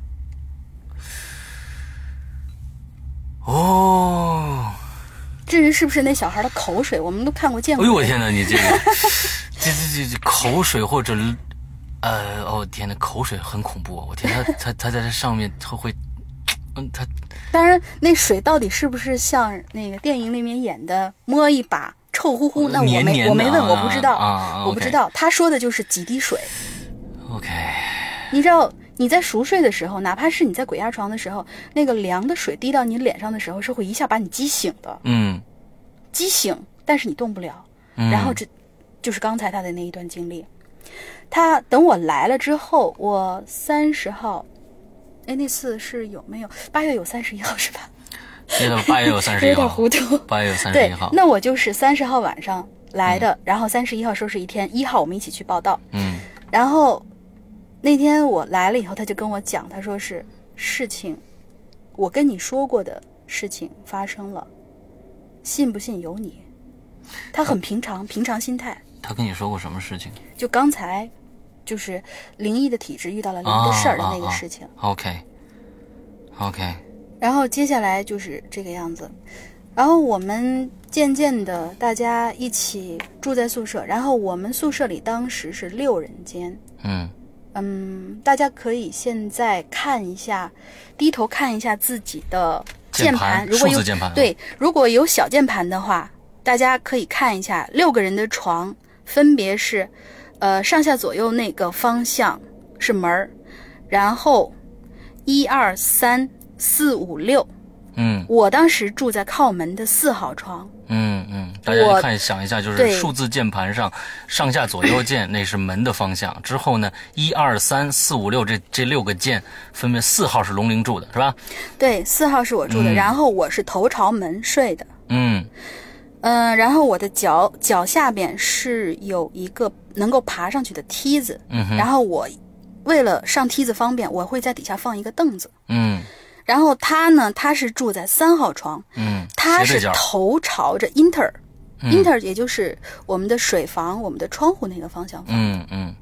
哦， 至于是不是那小孩的口水，我们都看过见过。 哎呦我天哪，你这个这这这口水或者呃哦天哪，口水很恐怖，我天，他他他在这上面他会嗯他当然那水到底是不是像那个电影里面演的摸一把臭乎乎，那我没黏黏我没问， 啊我不知道， 啊、 我不知道。他说的就是几滴水。 OK， 你知道你在熟睡的时候，哪怕是你在鬼压床的时候，那个凉的水滴到你脸上的时候，是会一下把你激醒的。 嗯， 激醒，但是你动不了。 嗯然后这就是刚才他的那一段经历。他等我来了之后，我三十号，哎，那次是有没有八月有三十一号是吧？ 记得八月有三十一号， 有点糊涂。 八月有三十一号。 对，那我就是三十号晚上来的，嗯、然后三十一号收拾一天，一号我们一起去报道。 嗯， 然后那天我来了以后，他就跟我讲，他说是事情，我跟你说过的事情发生了，信不信由你。他很平常，平常心态。 他跟你说过什么事情？ 就刚才，就是灵异的体质遇到了灵异的事儿的那个事情。 啊啊啊、OK，OK。Okay. Okay. 然后接下来就是这个样子，然后我们渐渐的大家一起住在宿舍，然后我们宿舍里当时是六人间。 嗯嗯，大家可以现在看一下，低头看一下自己的键盘，如果有数字键盘， 对，如果有小键盘的话，大家可以看一下，六个人的床分别是，呃，上下左右那个方向是门儿，然后一二三四五六， 嗯， 我当时住在靠门的四号床。 嗯嗯，大家看想一下，就是数字键盘上上下左右键那是门的方向，之后呢，一二三四五六这这六个键分别，四号是龙鳞住的是吧？ 对，四号是我住的， 嗯、 然后我是头朝门睡的。 嗯嗯、呃，然后我的脚脚下边是有一个能够爬上去的梯子， 嗯哼， 然后我为了上梯子方便，我会在底下放一个凳子。 嗯。 然后他呢，他是住在三号床， 嗯， 他是头朝着 inter，inter、 嗯、 inter 也就是我们的水房、我们的窗户那个方向放。 嗯嗯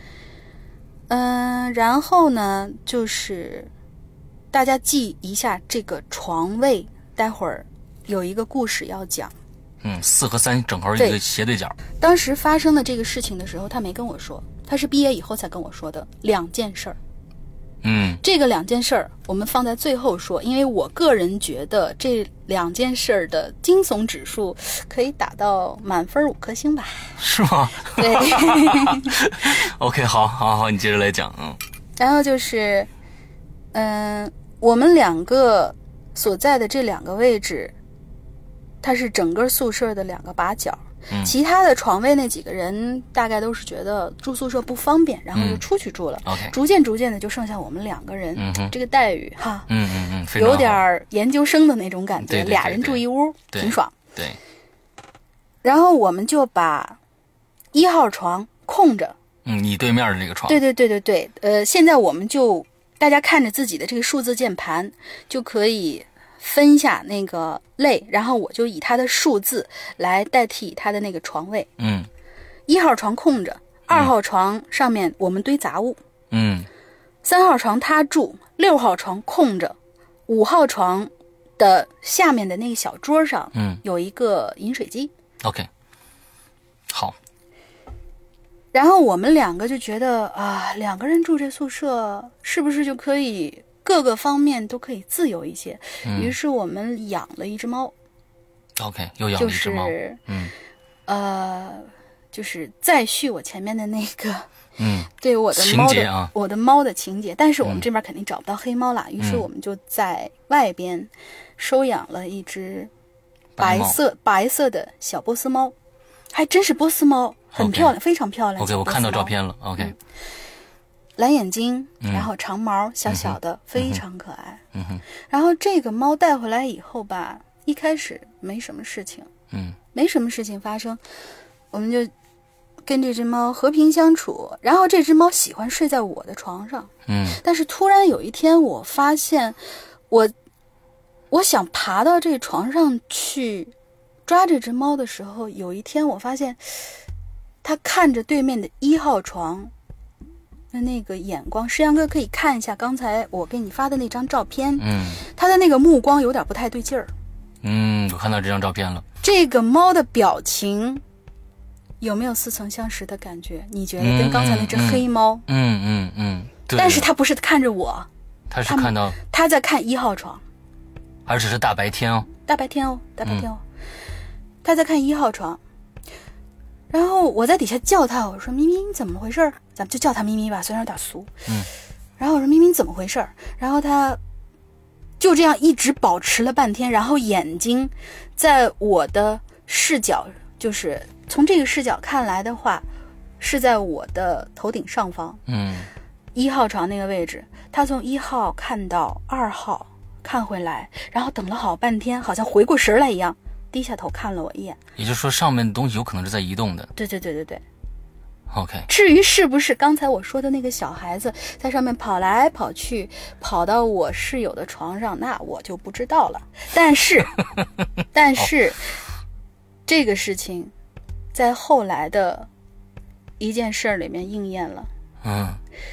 嗯、呃，然后呢，就是大家记一下这个床位，待会儿有一个故事要讲。 嗯，四和三正好一个斜对角。 当时发生的这个事情的时候，他没跟我说，他是毕业以后才跟我说的两件事儿。 嗯， 这个两件事儿我们放在最后说，因为我个人觉得这两件事儿的惊悚指数可以打到满分五颗星吧？ 是吗？ 对。 OK， 好，好，好，你接着来讲。嗯。 然后就是，嗯、呃，我们两个所在的这两个位置，它是整个宿舍的两个把角。嗯、其他的床位那几个人大概都是觉得住宿舍不方便，然后就出去住了。 嗯、OK， 逐渐逐渐的就剩下我们两个人。 嗯哼， 这个待遇哈， 嗯嗯嗯， 有点研究生的那种感觉， 对对对对， 俩人住一屋，挺爽。 对。 然后我们就把一号床空着。 嗯，你对面的这个床。 对对对对对，呃，现在我们就大家看着自己的这个数字键盘，就可以分一下那个类，然后我就以它的数字来代替它的那个床位。 嗯， 一号床空着，二号床上面我们堆杂物。 嗯， 三号床他住，六号床空着，五号床的下面的那个小桌上， 嗯， 有一个饮水机。 OK， 好。 然后我们两个就觉得啊，两个人住这宿舍是不是就可以各个方面都可以自由一些？ 嗯、 于是我们养了一只猫。 OK， 又养了一只猫。 就是、 嗯， 呃，就是再续我前面的那个， 嗯， 对我的猫的、 啊、 我的猫的情节。但是我们这边肯定找不到黑猫啦，嗯、于是我们就在外边收养了一只白色白色的小波斯猫，还真是波斯猫。很漂亮， okay, 非常漂亮。 OK， 我看到照片了。OK，、嗯、 蓝眼睛， 嗯、 然后长毛，小小的，嗯、非常可爱。 嗯哼。 然后这个猫带回来以后吧，一开始没什么事情， 嗯， 没什么事情发生，我们就跟这只猫和平相处。然后这只猫喜欢睡在我的床上， 嗯。 但是突然有一天，我发现我我想爬到这床上去抓这只猫的时候，有一天我发现。他看着对面的一号床的那个眼光，石阳哥可以看一下刚才我给你发的那张照片， 嗯， 他的那个目光有点不太对劲儿。 嗯，我看到这张照片了。 这个猫的表情有没有似曾相识的感觉？你觉得跟刚才那只黑猫？ 嗯嗯嗯，嗯，对。 但是他不是看着我， 他是看到他在看一号床， 而且是大白天哦， 大白天哦，大白天哦，嗯、他在看一号床。然后我在底下叫他，我说咪咪你怎么回事？咱们就叫他咪咪吧，虽然有点俗。 嗯。 然后我说咪咪怎么回事？然后他就这样一直保持了半天，然后眼睛在我的视角，就是从这个视角看来的话，是在我的头顶上方。 嗯。 一号床那个位置，他从一号看到二号，看回来，然后等了好半天，好像回过神来一样。低下头看了我一眼， 也就是说上面的东西有可能是在移动的。 对对对对对 OK， 至于是不是刚才我说的那个小孩子在上面跑来跑去，跑到我室友的床上，那我就不知道了。但是但是、哦、这个事情在后来的一件事里面应验了。 嗯，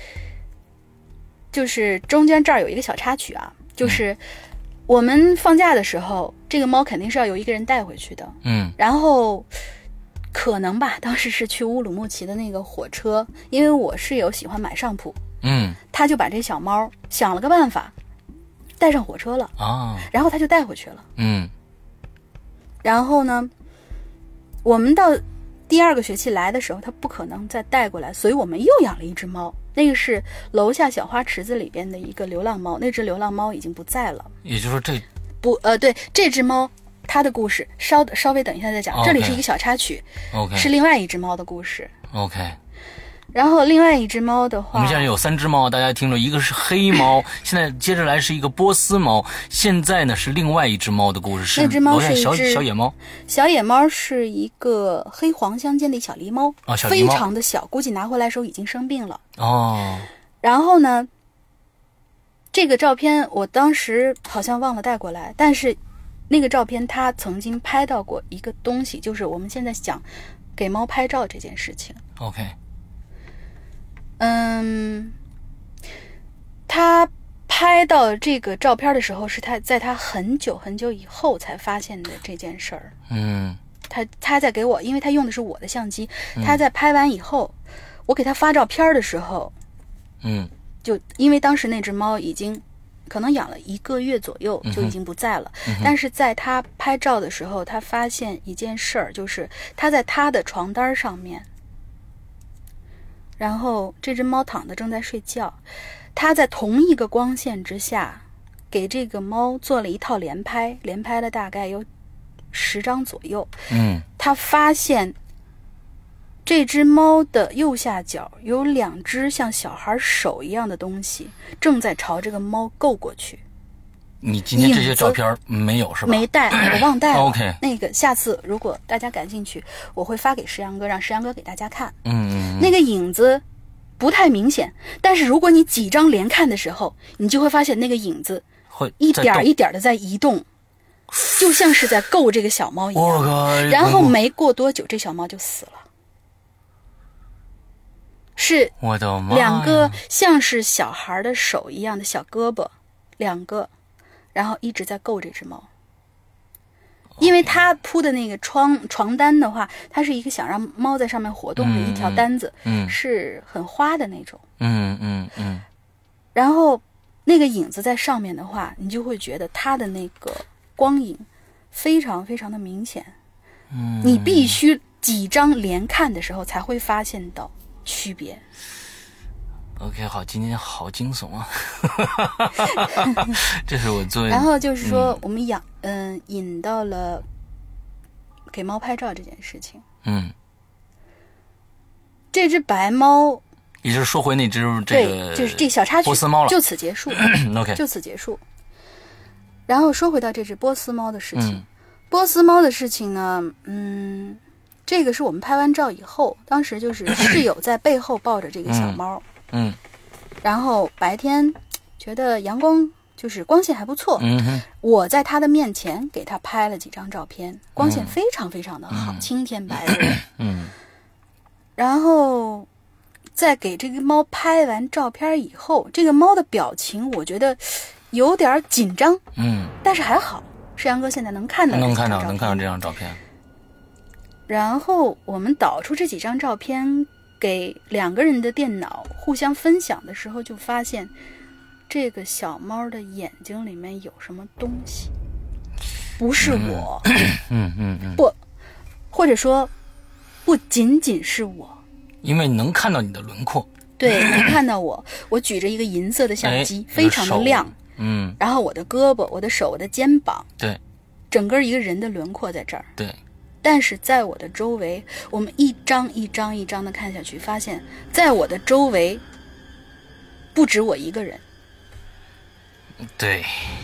就是中间这儿有一个小插曲啊，就是我们放假的时候，这个猫肯定是要由一个人带回去的。 嗯， 然后可能吧，当时是去乌鲁木齐的那个火车，因为我室友喜欢买上铺， 嗯， 他就把这小猫想了个办法带上火车了啊， 然后他就带回去了。 嗯， 然后呢，我们到第二个学期来的时候，他不可能再带过来，所以我们又养了一只猫。那个是楼下小花池子里边的一个流浪猫，那只流浪猫已经不在了。 也就是说这不呃对，这只猫它的故事稍稍微等一下再讲， okay, 这里是一个小插曲 OK， 是另外一只猫的故事 OK。 然后另外一只猫的话， 我们现在有三只猫，大家听着，一个是黑猫，现在接着来是一个波斯猫，现在呢是另外一只猫的故事，是那只猫是一只小小野猫。 小野猫是一个黑黄相间的一小狸猫， 哦，小狸猫非常的小，估计拿回来的时候已经生病了。 哦， 然后呢，这个照片我当时好像忘了带过来，但是那个照片他曾经拍到过一个东西，就是我们现在讲给猫拍照这件事情。 OK， 嗯，他拍到这个照片的时候是他在他很久很久以后才发现的这件事儿。 嗯， 他他在给我，因为他用的是我的相机，他在拍完以后、嗯、我给他发照片的时候， 嗯， 就因为当时那只猫已经可能养了一个月左右就已经不在了、 嗯、 但是在他拍照的时候，他发现一件事儿，就是他在他的床单上面，然后这只猫躺着正在睡觉，他在同一个光线之下给这个猫做了一套连拍，连拍了大概有十张左右。 嗯， 他发现这只猫的右下角有两只像小孩手一样的东西正在朝这个猫够过去。 你今天这些照片没有是吧？ 没带，我忘带了。 OK， 那个下次如果大家感兴趣，我会发给石阳哥，让石阳哥给大家看。 嗯嗯， 那个影子不太明显，但是如果你几张连看的时候，你就会发现那个影子会一点一点的在移动，就像是在够这个小猫一样。 我靠！ 然后没过多久，这小猫就死了。是我的妈！ 两个像是小孩的手一样的小胳膊，两个，然后一直在够这只猫。因为它铺的那个床床单的话，它是一个想让猫在上面活动的一条单子， 嗯嗯、 是很花的那种。 嗯嗯嗯。 然后那个影子在上面的话，你就会觉得它的那个光影非常非常的明显。 嗯， 你必须几张连看的时候才会发现到区别。 OK， 好，今天好惊悚啊！这是我最…… 然后就是说，我们养，嗯、呃，引到了给猫拍照这件事情。 嗯， 这只白猫， 也就是说回那只这个， 对，就是这小插曲， 波斯猫了， 就此结束。 OK， 就此结束。然后说回到这只波斯猫的事情， 嗯、 波斯猫的事情呢，嗯。这个是我们拍完照以后，当时就是室友在背后抱着这个小猫， 嗯，嗯然后白天觉得阳光就是光线还不错， 嗯哼， 我在他的面前给他拍了几张照片，光线非常非常的好， 嗯、 青天白日， 嗯， 然后在给这个猫拍完照片以后，这个猫的表情我觉得有点紧张， 嗯， 但是还好，世阳哥现在能看到， 能看到，能看到这张照片。 然后我们导出这几张照片给两个人的电脑互相分享的时候，就发现这个小猫的眼睛里面有什么东西，不是我， 嗯嗯嗯， 不，或者说不仅仅是我， 因为能看到你的轮廓， 对，能看到我，我举着一个银色的相机， 哎、 非常的亮， 嗯， 然后我的胳膊、我的手、我的肩膀， 对， 整个一个人的轮廓在这儿， 对。 但是在我的周围，我们一张一张一张的看下去，发现在我的周围不止我一个人。 对，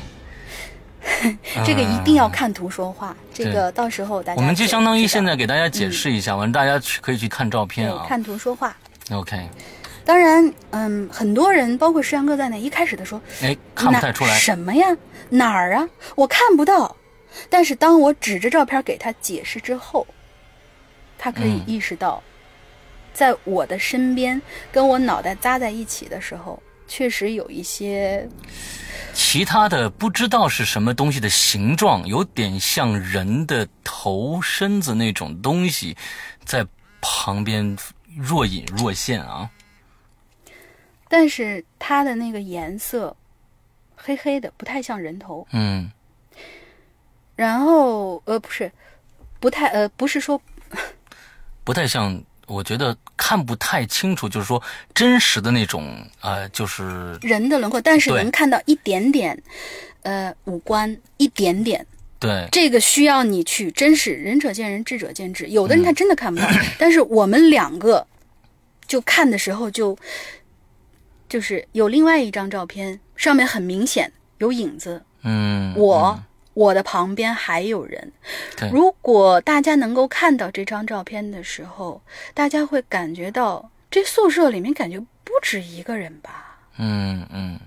这个一定要看图说话。嗯、这个到时候大家我们就相当于现在给大家解释一下，完、嗯、大家可以去看照片啊， 看图说话。 OK。 当然，嗯，很多人包括石阳哥在内，一开始的说， 哎，看不太出来什么呀，哪儿啊，我看不到。但是当我指着照片给他解释之后，他可以意识到，在我的身边跟我脑袋扎在一起的时候，确实有一些其他的不知道是什么东西的形状，有点像人的头身子那种东西在旁边若隐若现啊。 但是它的那个颜色黑黑的，不太像人头。 嗯。 然后呃不是，不太呃不是说， 不太像，我觉得看不太清楚，就是说真实的那种呃，就是人的轮廓，但是能看到一点点，呃五官一点点。 对， 这个需要你去真实，仁者见仁，智者见智。有的人他真的看不到，嗯、但是我们两个就看的时候就，就是有另外一张照片，上面很明显有影子。 嗯， 我。 嗯我的旁边还有人，如果大家能够看到这张照片的时候，大家会感觉到这宿舍里面感觉不止一个人吧？ 嗯嗯，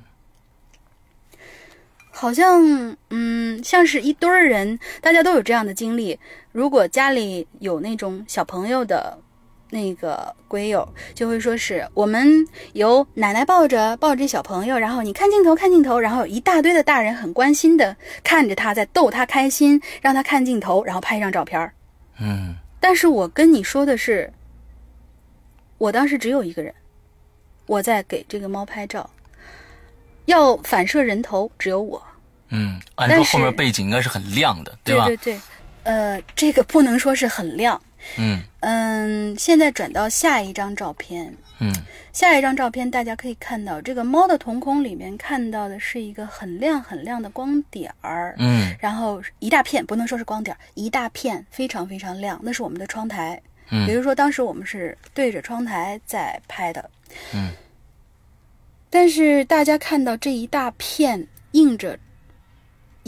好像嗯像是一堆人，大家都有这样的经历。如果家里有那种小朋友的那个龟友，就会说是我们有奶奶抱着抱着小朋友，然后你看镜头看镜头，然后有一大堆的大人很关心的看着他，在逗他开心，让他看镜头，然后拍一张照片。 嗯， 但是我跟你说的是，我当时只有一个人，我在给这个猫拍照，要反射人头只有我。 嗯，按说后面背景应该是很亮的，对吧？ 对对对，呃，这个不能说是很亮。 嗯嗯，现在转到下一张照片。 嗯， 下一张照片大家可以看到，这个猫的瞳孔里面看到的是一个很亮很亮的光点儿。 嗯， 然后一大片，不能说是光点，一大片非常非常亮，那是我们的窗台。 嗯， 比如说当时我们是对着窗台在拍的。 嗯， 但是大家看到这一大片映着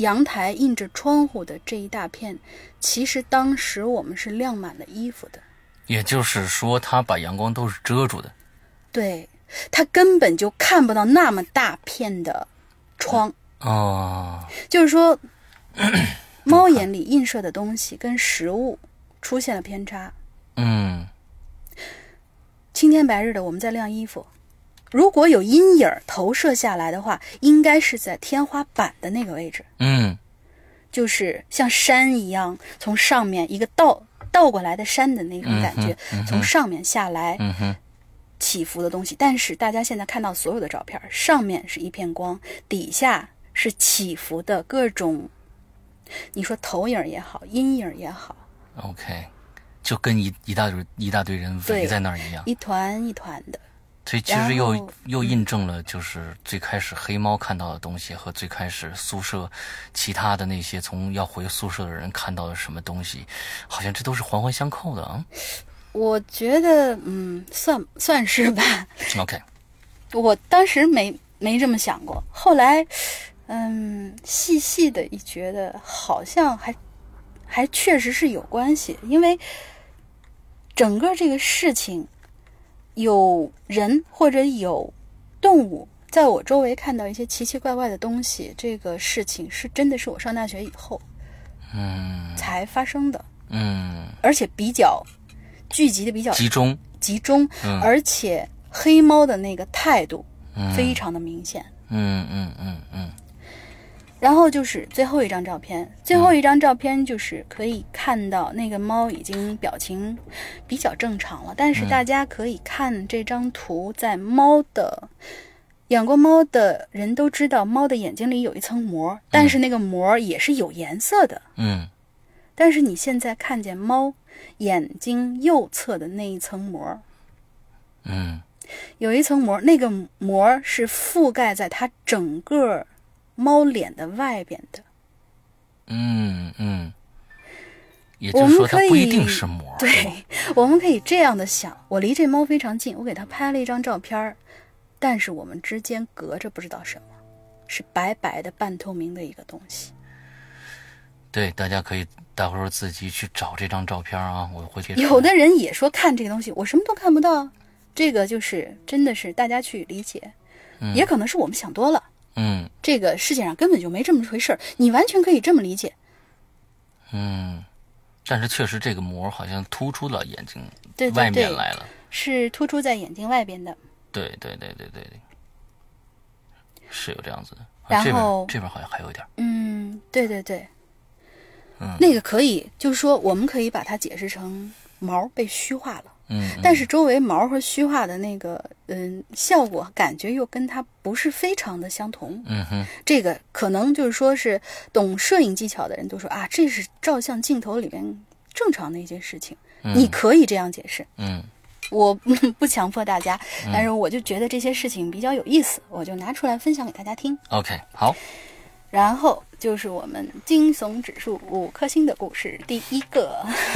阳台映着窗户的这一大片，其实当时我们是晾满了衣服的。 也就是说，它把阳光都是遮住的。 对，它根本就看不到那么大片的窗。 哦， 就是说，猫眼里映射的东西跟实物出现了偏差。 嗯， 青天白日的我们在晾衣服，如果有阴影投射下来的话，应该是在天花板的那个位置。 嗯， 就是像山一样，从上面一个倒倒过来的山的那种感觉， 嗯嗯、 从上面下来， 嗯哼， 起伏的东西。但是大家现在看到所有的照片，上面是一片光，底下是起伏的各种，你说投影也好，阴影也好 ，OK， 就跟一一大堆一大堆人围在那儿一样， 一团一团的。 所以其实又又印证了，就是最开始黑猫看到的东西和最开始宿舍其他的那些从要回宿舍的人看到的什么东西，好像这都是环环相扣的啊。 我觉得，嗯，算算是吧。 OK， 我当时没没这么想过，后来，嗯，细细的一觉得好像还还确实是有关系，因为整个这个事情。有人或者有动物在我周围看到一些奇奇怪怪的东西，这个事情是真的是我上大学以后嗯才发生的。 嗯， 而且比较聚集的比较集中集中、 嗯、 而且黑猫的那个态度非常的明显。 嗯嗯嗯嗯。 然后就是最后一张照片，最后一张照片就是可以看到那个猫已经表情比较正常了，但是大家可以看这张图，在猫的养过猫的人都知道，猫的眼睛里有一层膜，但是那个膜也是有颜色的。 嗯， 但是你现在看见猫眼睛右侧的那一层膜， 嗯， 有一层膜，那个膜是覆盖在它整个猫脸的外边的。 嗯嗯，也就是说它不一定是膜。 对，我们可以这样的想，我离这猫非常近，我给它拍了一张照片，但是我们之间隔着不知道什么，是白白的半透明的一个东西。 对，大家可以待会儿自己去找这张照片啊，我会去。 有的人也说看这个东西我什么都看不到，这个就是真的是大家去理解、嗯、也可能是我们想多了。 嗯， 这个世界上根本就没这么回事，你完全可以这么理解。 嗯，但是确实这个膜好像突出了眼睛对对对外面来了， 是突出在眼睛外边的。 对对对对对对，是有这样子的。 然后、 这边这边好像还有一点。 嗯，对对对， 嗯， 那个可以，就是说我们可以把它解释成毛被虚化了。 嗯， 但是周围毛和虚化的那个嗯效果感觉又跟它不是非常的相同。 嗯哼， 这个可能就是说是懂摄影技巧的人都说啊，这是照相镜头里面正常的一件事情、嗯、你可以这样解释。 嗯， 我不强迫大家、嗯、但是我就觉得这些事情比较有意思，我就拿出来分享给大家听。 OK， 好。 然后就是我们惊悚指数五颗星的故事第一个。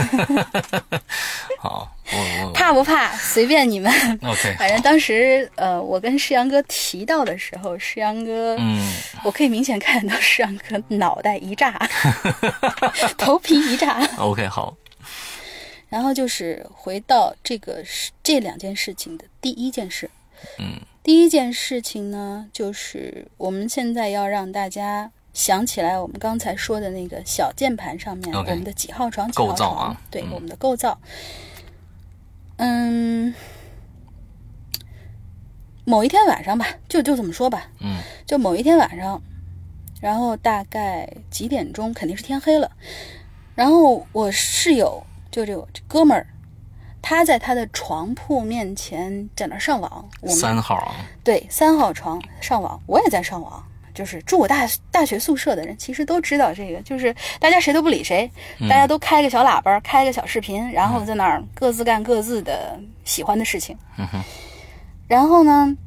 好，我我怕不怕随便你们。 OK， 反正当时呃，我跟世阳哥提到的时候，世阳哥， 嗯， 我可以明显看到世阳哥脑袋一炸，头皮一炸。 OK， 好。 然后就是回到这个这两件事情的第一件事， 嗯。 第一件事情呢，就是我们现在要让大家想起来我们刚才说的那个小键盘上面、okay, 我们的几号床几号床构造啊， 对、 嗯、 我们的构造。嗯，某一天晚上吧，就就这么说吧， 嗯， 就某一天晚上，然后大概几点钟，肯定是天黑了，然后我室友就这个哥们儿。他在他的床铺面前在那上网，我们三号啊， 对，三号床上网，我也在上网。就是住我大大学宿舍的人，其实都知道这个，就是大家谁都不理谁， 嗯、 大家都开个小喇叭，开个小视频，然后在那儿各自干各自的喜欢的事情。 嗯哼。 然后呢，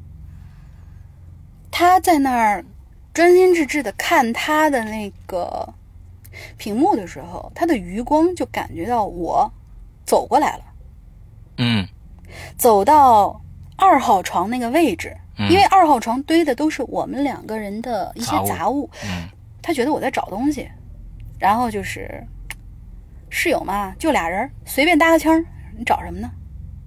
他在那儿专心致志的看他的那个屏幕的时候，他的余光就感觉到我走过来了。 嗯， 走到二号床那个位置、 嗯、 因为二号床堆的都是我们两个人的一些杂物， 嗯， 他觉得我在找东西，然后就是室友嘛，就俩人随便搭个腔，你找什么呢？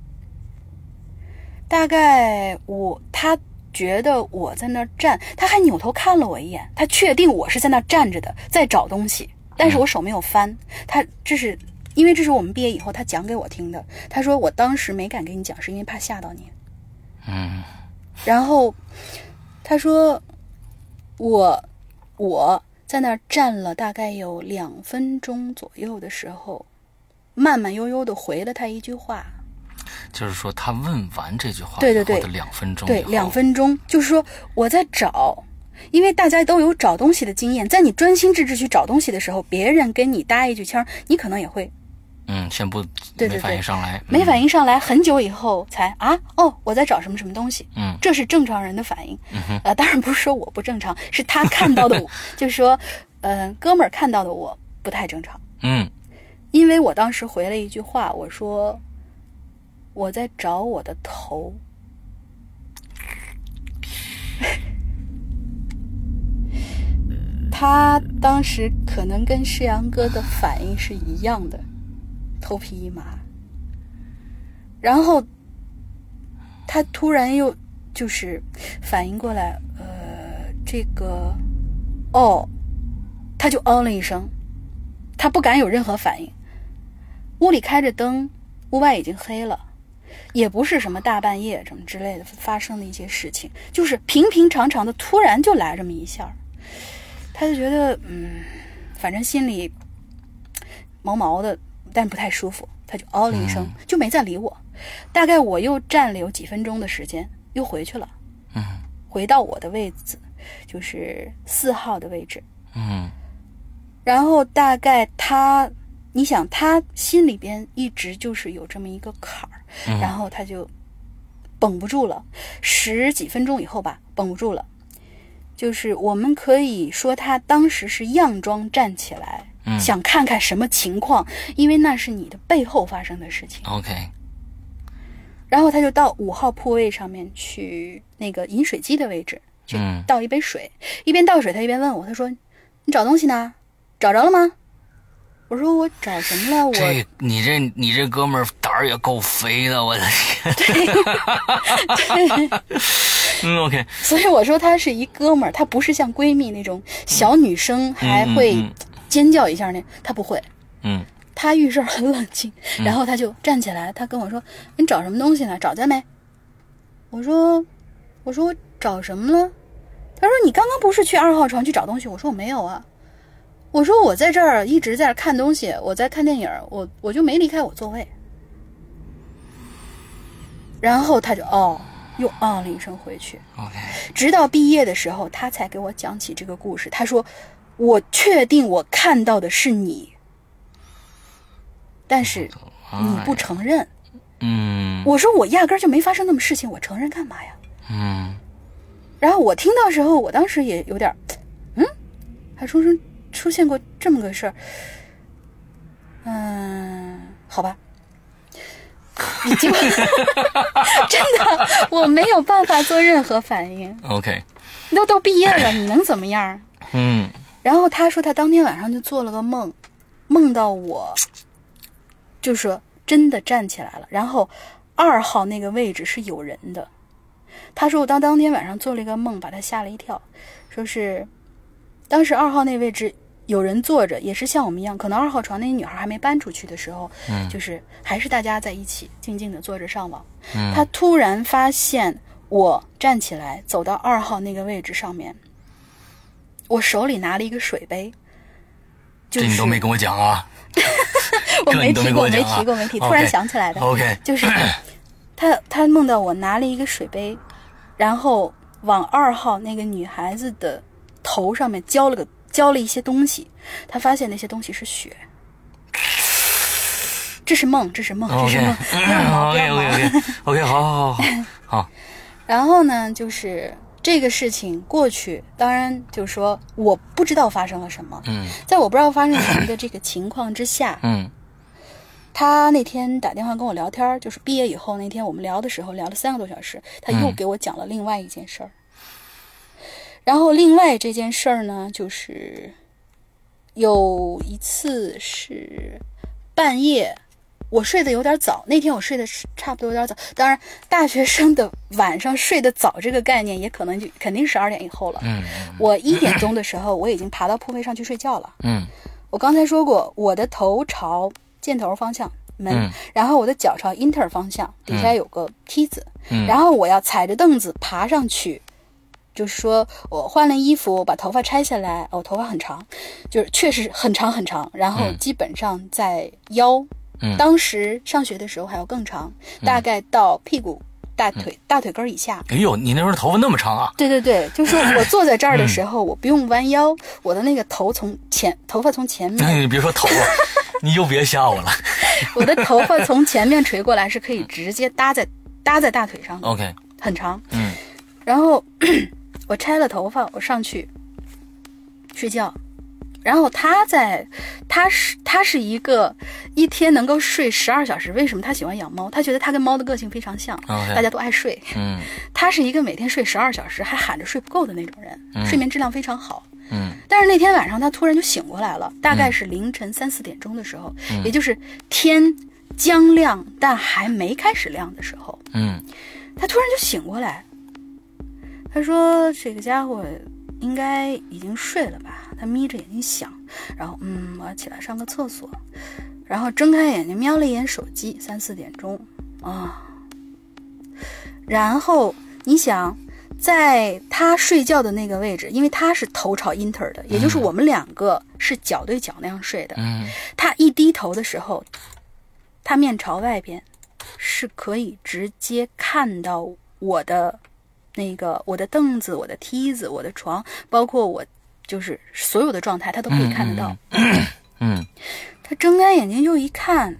大概我他觉得我在那儿站，他还扭头看了我一眼，他确定我是在那儿站着的，在找东西，但是我手没有翻。他这是因为这是我们毕业以后他讲给我听的，他说我当时没敢跟你讲，是因为怕吓到你。 嗯， 然后他说我我在那儿站了大概有两分钟左右的时候，慢慢悠悠的回了他一句话。 就是说他问完这句话对对对以后的两分钟， 对，两分钟，就是说我在找，因为大家都有找东西的经验，在你专心致志去找东西的时候，别人跟你搭一句腔，你可能也会嗯，先不对对对没反应上来， 没反应上来，很久以后才啊哦，我在找什么什么东西， 嗯， 这是正常人的反应， 嗯哼， 呃，当然不是说我不正常，是他看到的我，就是说，呃，哥们儿看到的我不太正常， 嗯， 因为我当时回了一句话，我说我在找我的头。他当时可能跟世阳哥的反应是一样的，头皮一麻，然后他突然又就是反应过来，呃，这个，哦，他就哦了一声，他不敢有任何反应。屋里开着灯，屋外已经黑了，也不是什么大半夜什么之类的发生的一些事情，就是平平常常的，突然就来这么一下，他就觉得嗯，反正心里毛毛的，但不太舒服，他就哦了一声，就没再理我。大概我又站了有几分钟的时间，又回去了， 嗯， 回到我的位置，就是四号的位置， 嗯， 然后大概他，你想他心里边一直就是有这么一个坎儿， 嗯， 然后他就绷不住了，十几分钟以后吧，绷不住了。就是我们可以说他当时是佯装站起来， 嗯， 想看看什么情况，因为那是你的背后发生的事情。 OK， 然后他就到五号铺位上面去那个饮水机的位置去倒一杯水，嗯，一边倒水他一边问我，他说你找东西呢？找着了吗？我说我找什么了？我这你这你这哥们儿胆儿也够肥的，我的天！ 对对， 嗯 ，OK。 所以我说他是一哥们儿，他不是像闺蜜那种小女生还会尖叫一下那，他不会。 嗯， 他遇事很冷静，然后他就站起来，他跟我说：“你找什么东西呢？找见没？”我说：“我说我找什么了？”他说：“你刚刚不是去二号床去找东西？”我说：“我没有啊。”我说我在这儿一直在这看东西，我在看电影，我我就没离开我座位。然后他就哦，又哦了一声回去。 OK， 直到毕业的时候，他才给我讲起这个故事。他说：“我确定我看到的是你，但是你不承认。” 嗯， 我说我压根儿就没发生那么事情，我承认干嘛呀？ 嗯。 然后我听到时候，我当时也有点，嗯，还说是。出现过这么个事儿，嗯，好吧，已经真的我没有办法做任何反应。 OK， 都都毕业了，你能怎么样？ 嗯。 然后他说他当天晚上就做了个梦，梦到我，就说真的站起来了，然后二号那个位置是有人的。他说我当当天晚上做了一个梦，把他吓了一跳，说是当时二号那位置。有人坐着，也是像我们一样，可能二号床那女孩还没搬出去的时候， 嗯， 就是还是大家在一起静静的坐着上网。 嗯， 他突然发现我站起来走到二号那个位置上面，我手里拿了一个水杯，就是、 这你都没跟我讲啊？ 我没提过， 没没提过，没提，突然想起来的。 OK， 就是他他梦到我拿了一个水杯，然后往二号那个女孩子的头上面浇了个。浇了一些东西，他发现那些东西是血。这是梦，这是梦，这是梦。 OK OK OK OK， 好好好好。 然后呢，就是这个事情过去，当然就是说我不知道发生了什么。 嗯， 在我不知道发生什么的这个情况之下， 嗯， 他那天打电话跟我聊天，就是毕业以后那天我们聊的时候聊了三个多小时，他又给我讲了另外一件事儿。嗯， 然后另外这件事儿呢，就是有一次是半夜。我睡得有点早，那天我睡得差不多有点早。当然，大学生的晚上睡得早这个概念，也可能就肯定十二点以后了。 嗯， 我一点钟的时候，我已经爬到铺位上去睡觉了。 嗯， 我刚才说过，我的头朝箭头方向门， 嗯、 然后我的脚朝 inter 方向，底下有个梯子， 嗯、 然后我要踩着凳子爬上去。就是说我换了衣服，把头发拆下来，哦，头发很长，就是确实很长很长，然后基本上在腰。 嗯， 当时上学的时候还要更长，大概到屁股、大腿、大腿根以下。 哎呦，你那时候头发那么长啊？ 对对对，就是我坐在这儿的时候，嗯、我不用弯腰，我的那个头从前，头发从前面。 你别说头发，你又别吓我了。 我的头发从前面垂过来，是可以直接搭在搭在大腿上的。 OK， 很长。 嗯， 然后我拆了头发，我上去睡觉。然后他在，他是他是一个一天能够睡十二小时。为什么他喜欢养猫？他觉得他跟猫的个性非常像， okay, 大家都爱睡。 嗯， 他是一个每天睡十二小时还喊着睡不够的那种人， 嗯、 睡眠质量非常好。 嗯， 但是那天晚上他突然就醒过来了，大概是凌晨三四点钟的时候， 嗯、 也就是天将亮但还没开始亮的时候。 嗯， 他突然就醒过来，他说：“这个家伙应该已经睡了吧？”他眯着眼睛想，然后嗯，我要起来上个厕所，然后睁开眼睛瞄了一眼手机，三四点钟啊。然后你想，在他睡觉的那个位置，因为他是头朝 inter 的，也就是我们两个是脚对脚那样睡的。 嗯， 他一低头的时候，他面朝外边，是可以直接看到我的那个我的凳子、我的梯子、我的床，包括我。就是所有的状态他都可以看得到。 嗯， 嗯， 嗯， 他睁开眼睛又一看，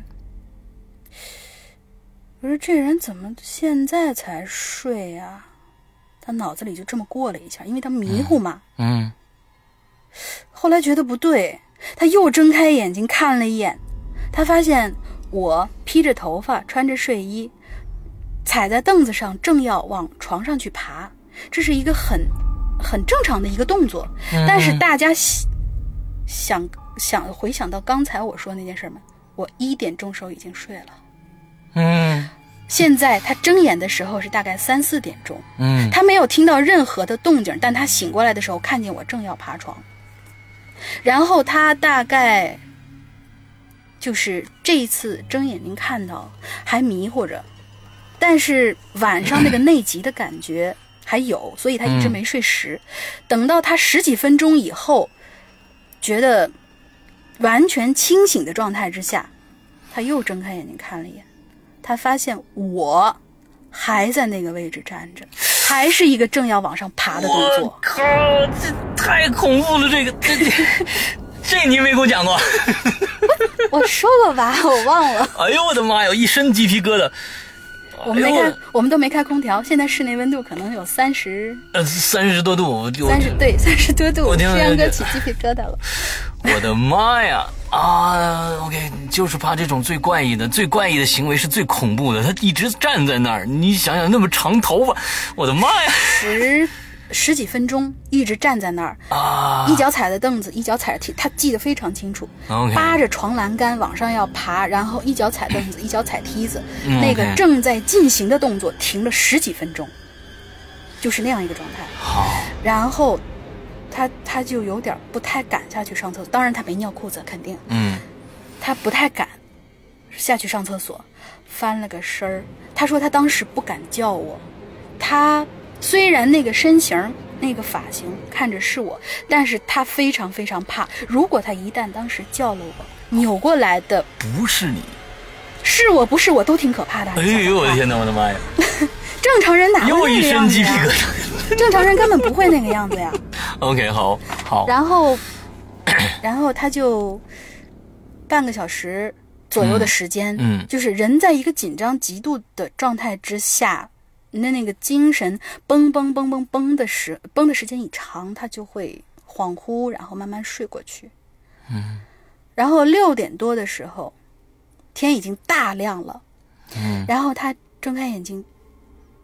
我说这人怎么现在才睡啊？他脑子里就这么过了一下，因为他迷糊嘛。 嗯，嗯， 后来觉得不对，他又睁开眼睛看了一眼，他发现我披着头发，穿着睡衣，踩在凳子上，正要往床上去爬，这是一个很很正常的一个动作。 嗯、 但是大家想想回想到刚才我说那件事吗？我一点钟时候已经睡了。 嗯， 现在他睁眼的时候是大概三四点钟。 嗯， 他没有听到任何的动静，但他醒过来的时候看见我正要爬床，然后他大概就是这一次睁眼睛看到还迷糊着，但是晚上那个内急的感觉还有，所以他一直没睡实。嗯、等到他十几分钟以后，觉得完全清醒的状态之下，他又睁开眼睛看了一眼，他发现我还在那个位置站着，还是一个正要往上爬的动作。 我靠，这太恐怖了！这个，这这这你没给我讲过。 我说过吧，我忘了。 哎呦我的妈呀，一身鸡皮疙瘩。 我们没开，我们都没开空调。现在室内温度可能有三十， 呃，三十多度， 三十对，三十多度。 我听诗阳哥起鸡皮疙瘩了。 我的妈呀！啊 ，OK， 就是怕这种最怪异的、最怪异的行为是最恐怖的。他一直站在那儿，你想想那么长头发，我的妈呀！ 十十几分钟一直站在那儿啊， 一脚踩着凳子，一脚踩着梯，他记得非常清楚。 Okay. 扒着床栏杆往上要爬，然后一脚踩凳子，一脚踩梯子， 嗯、 那个正在进行的动作停了十几分钟，就是那样一个状态。 好， 然后他他就有点不太敢下去上厕所，当然他没尿裤子，肯定。 嗯， 他不太敢下去上厕所，翻了个身儿。他说他当时不敢叫我，他。虽然那个身形那个发型看着是我，但是他非常非常怕，如果他一旦当时叫了我，扭过来的不是你， 是我不是我都挺可怕的。 哎呦我的天哪，我的妈呀！ 正常人哪又一会那个样子呀？ 身鸡皮疙瘩。 正常人根本不会那个样子呀。 OK， 好，好。 然后，然后他就半个小时左右的时间， 嗯，嗯就是人在一个紧张极度的状态之下。那那个精神绷绷绷绷绷的时绷的时间一长，他就会恍惚，然后慢慢睡过去。 嗯， 然后六点多的时候，天已经大亮了。 嗯， 然后他睁开眼睛，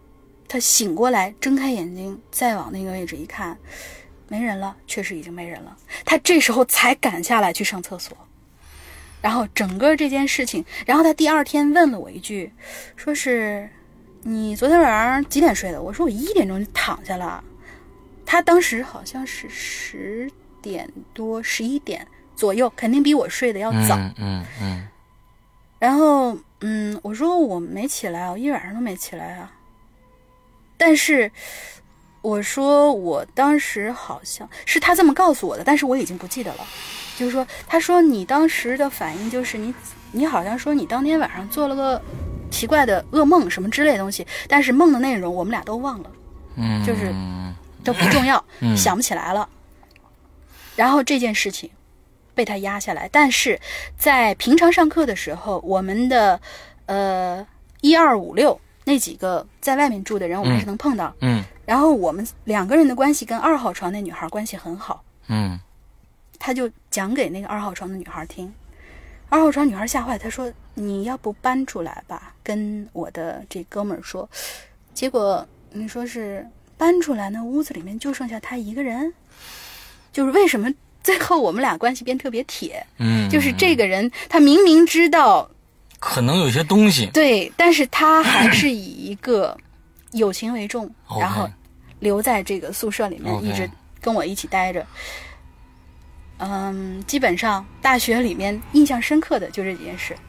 他醒过来，睁开眼睛，再往那个位置一看，没人了，确实已经没人了。他这时候才赶下来去上厕所。然后整个这件事情，然后他第二天问了我一句，说是你昨天晚上几点睡的？我说我一点钟就躺下了。他当时好像是十点多十一点左右，肯定比我睡得要早。 嗯嗯嗯。 然后嗯，我说我没起来，我一晚上都没起来啊。但是我说我当时好像是他这么告诉我的，但是我已经不记得了。就是说，他说你当时的反应就是你，你好像说你当天晚上做了个奇怪的噩梦什么之类的东西，但是梦的内容我们俩都忘了， 嗯， 就是都不重要， 嗯、 想不起来了。然后这件事情被他压下来，但是在平常上课的时候，我们的呃一二五六那几个在外面住的人，我们还是能碰到， 嗯， 然后我们两个人的关系跟二号床那女孩关系很好， 嗯。 他就讲给那个二号床的女孩听，二号床女孩吓坏，她说你要不搬出来吧，跟我的这哥们儿说。结果你说是搬出来，那屋子里面就剩下他一个人。就是为什么最后我们俩关系变特别铁， 嗯， 就是这个人他明明知道可能有些东西， 对，但是他还是以一个友情为重然后留在这个宿舍里面一直跟我一起待着。嗯，基本上大学里面印象深刻的就这几件事。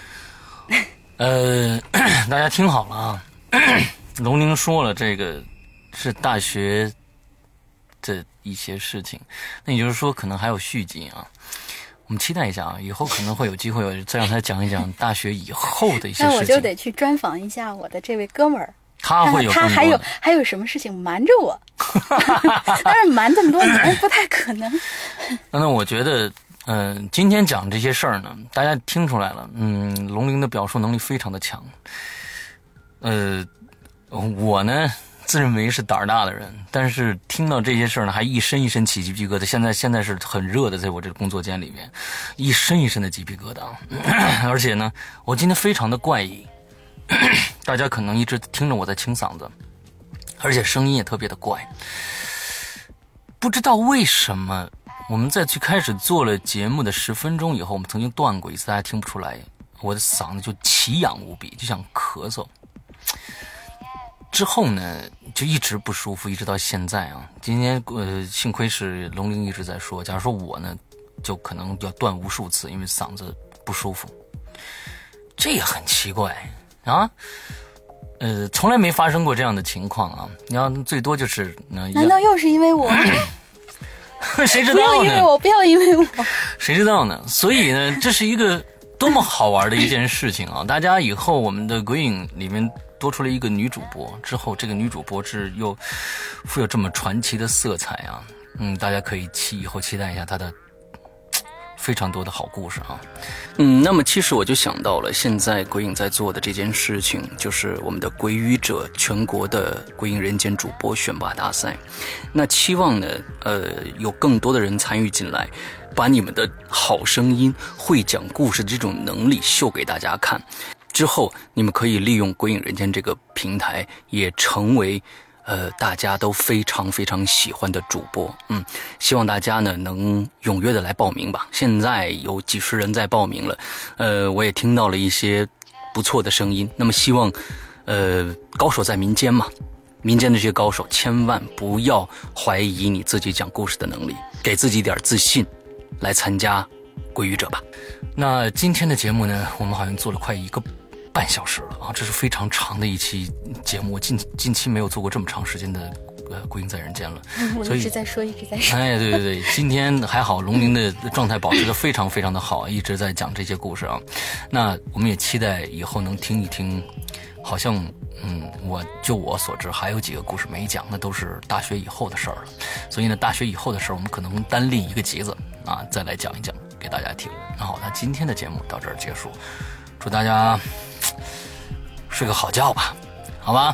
呃，大家听好了啊，龙玲说了，这个是大学的一些事情，那也就是说可能还有续集啊。我们期待一下啊，以后可能会有机会再让他讲一讲大学以后的一些事情。 那我就得去专访一下我的这位哥们儿。 他会有他还有还有什么事情瞒着我？当然瞒这么多年不太可能。 那我觉得，嗯、呃，今天讲这些事儿呢，大家听出来了，嗯，龙玲的表述能力非常的强。呃，我呢自认为是胆儿大的人，但是听到这些事儿呢，还一身一身起鸡皮疙瘩。现在现在是很热的，在我这个工作间里面，一身一身的鸡皮疙瘩。而且呢，我今天非常的怪异。大家可能一直听着我在清嗓子，而且声音也特别的怪。不知道为什么，我们在最开始做了节目的十分钟以后，我们曾经断过一次，大家听不出来，我的嗓子就奇痒无比，就想咳嗽。之后呢，就一直不舒服，一直到现在啊。今天呃，幸亏是龙玲一直在说，假如说我呢，就可能要断无数次，因为嗓子不舒服。这也很奇怪。啊，呃，从来没发生过这样的情况啊！你要最多就是，呃、 难道又是因为我？ 谁知道呢？不要因为我，不要因为我。 谁知道呢？所以呢，这是一个多么好玩的一件事情啊！大家以后我们的鬼影里面多出了一个女主播，之后这个女主播是又富有这么传奇的色彩啊！嗯，大家可以期以后期待一下她的。非常多的好故事啊，嗯，那么其实我就想到了，现在鬼影在做的这件事情，就是我们的鬼语者全国的鬼影人间主播选拔大赛。那期望呢，呃，有更多的人参与进来，把你们的好声音、会讲故事的这种能力秀给大家看。之后，你们可以利用鬼影人间这个平台，也成为。呃，大家都非常非常喜欢的主播，嗯，希望大家呢能踊跃的来报名吧。现在有几十人在报名了，呃，我也听到了一些不错的声音。那么希望，呃，高手在民间嘛，民间的这些高手千万不要怀疑你自己讲故事的能力，给自己一点自信，来参加鬼语者吧。那今天的节目呢，我们好像做了快一个。半小时了啊，这是非常长的一期节目，我近近期没有做过这么长时间的呃鬼影在人间了。 嗯、我一直在说，一直在说。 哎，对对对，今天还好，龙玲的状态保持得非常非常的好，一直在讲这些故事啊。那我们也期待以后能听一听，好像嗯，我就我所知还有几个故事没讲，那都是大学以后的事儿了。所以呢，大学以后的事儿，我们可能单立一个集子啊，再来讲一讲给大家听。那好，那今天的节目到这儿结束，祝大家。睡个好觉吧，好吧？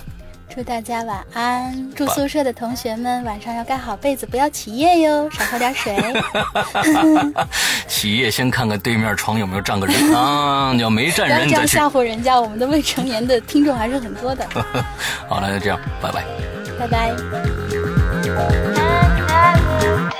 祝大家晚安，住宿舍的同学们晚上要盖好被子，不要起夜哟，少喝点水。 起夜先看看对面床有没有站个人啊，要没站人不要这样再去。 吓唬人家，我们的未成年的听众还是很多的。 好了，就这样，拜拜。 拜拜。 Another day.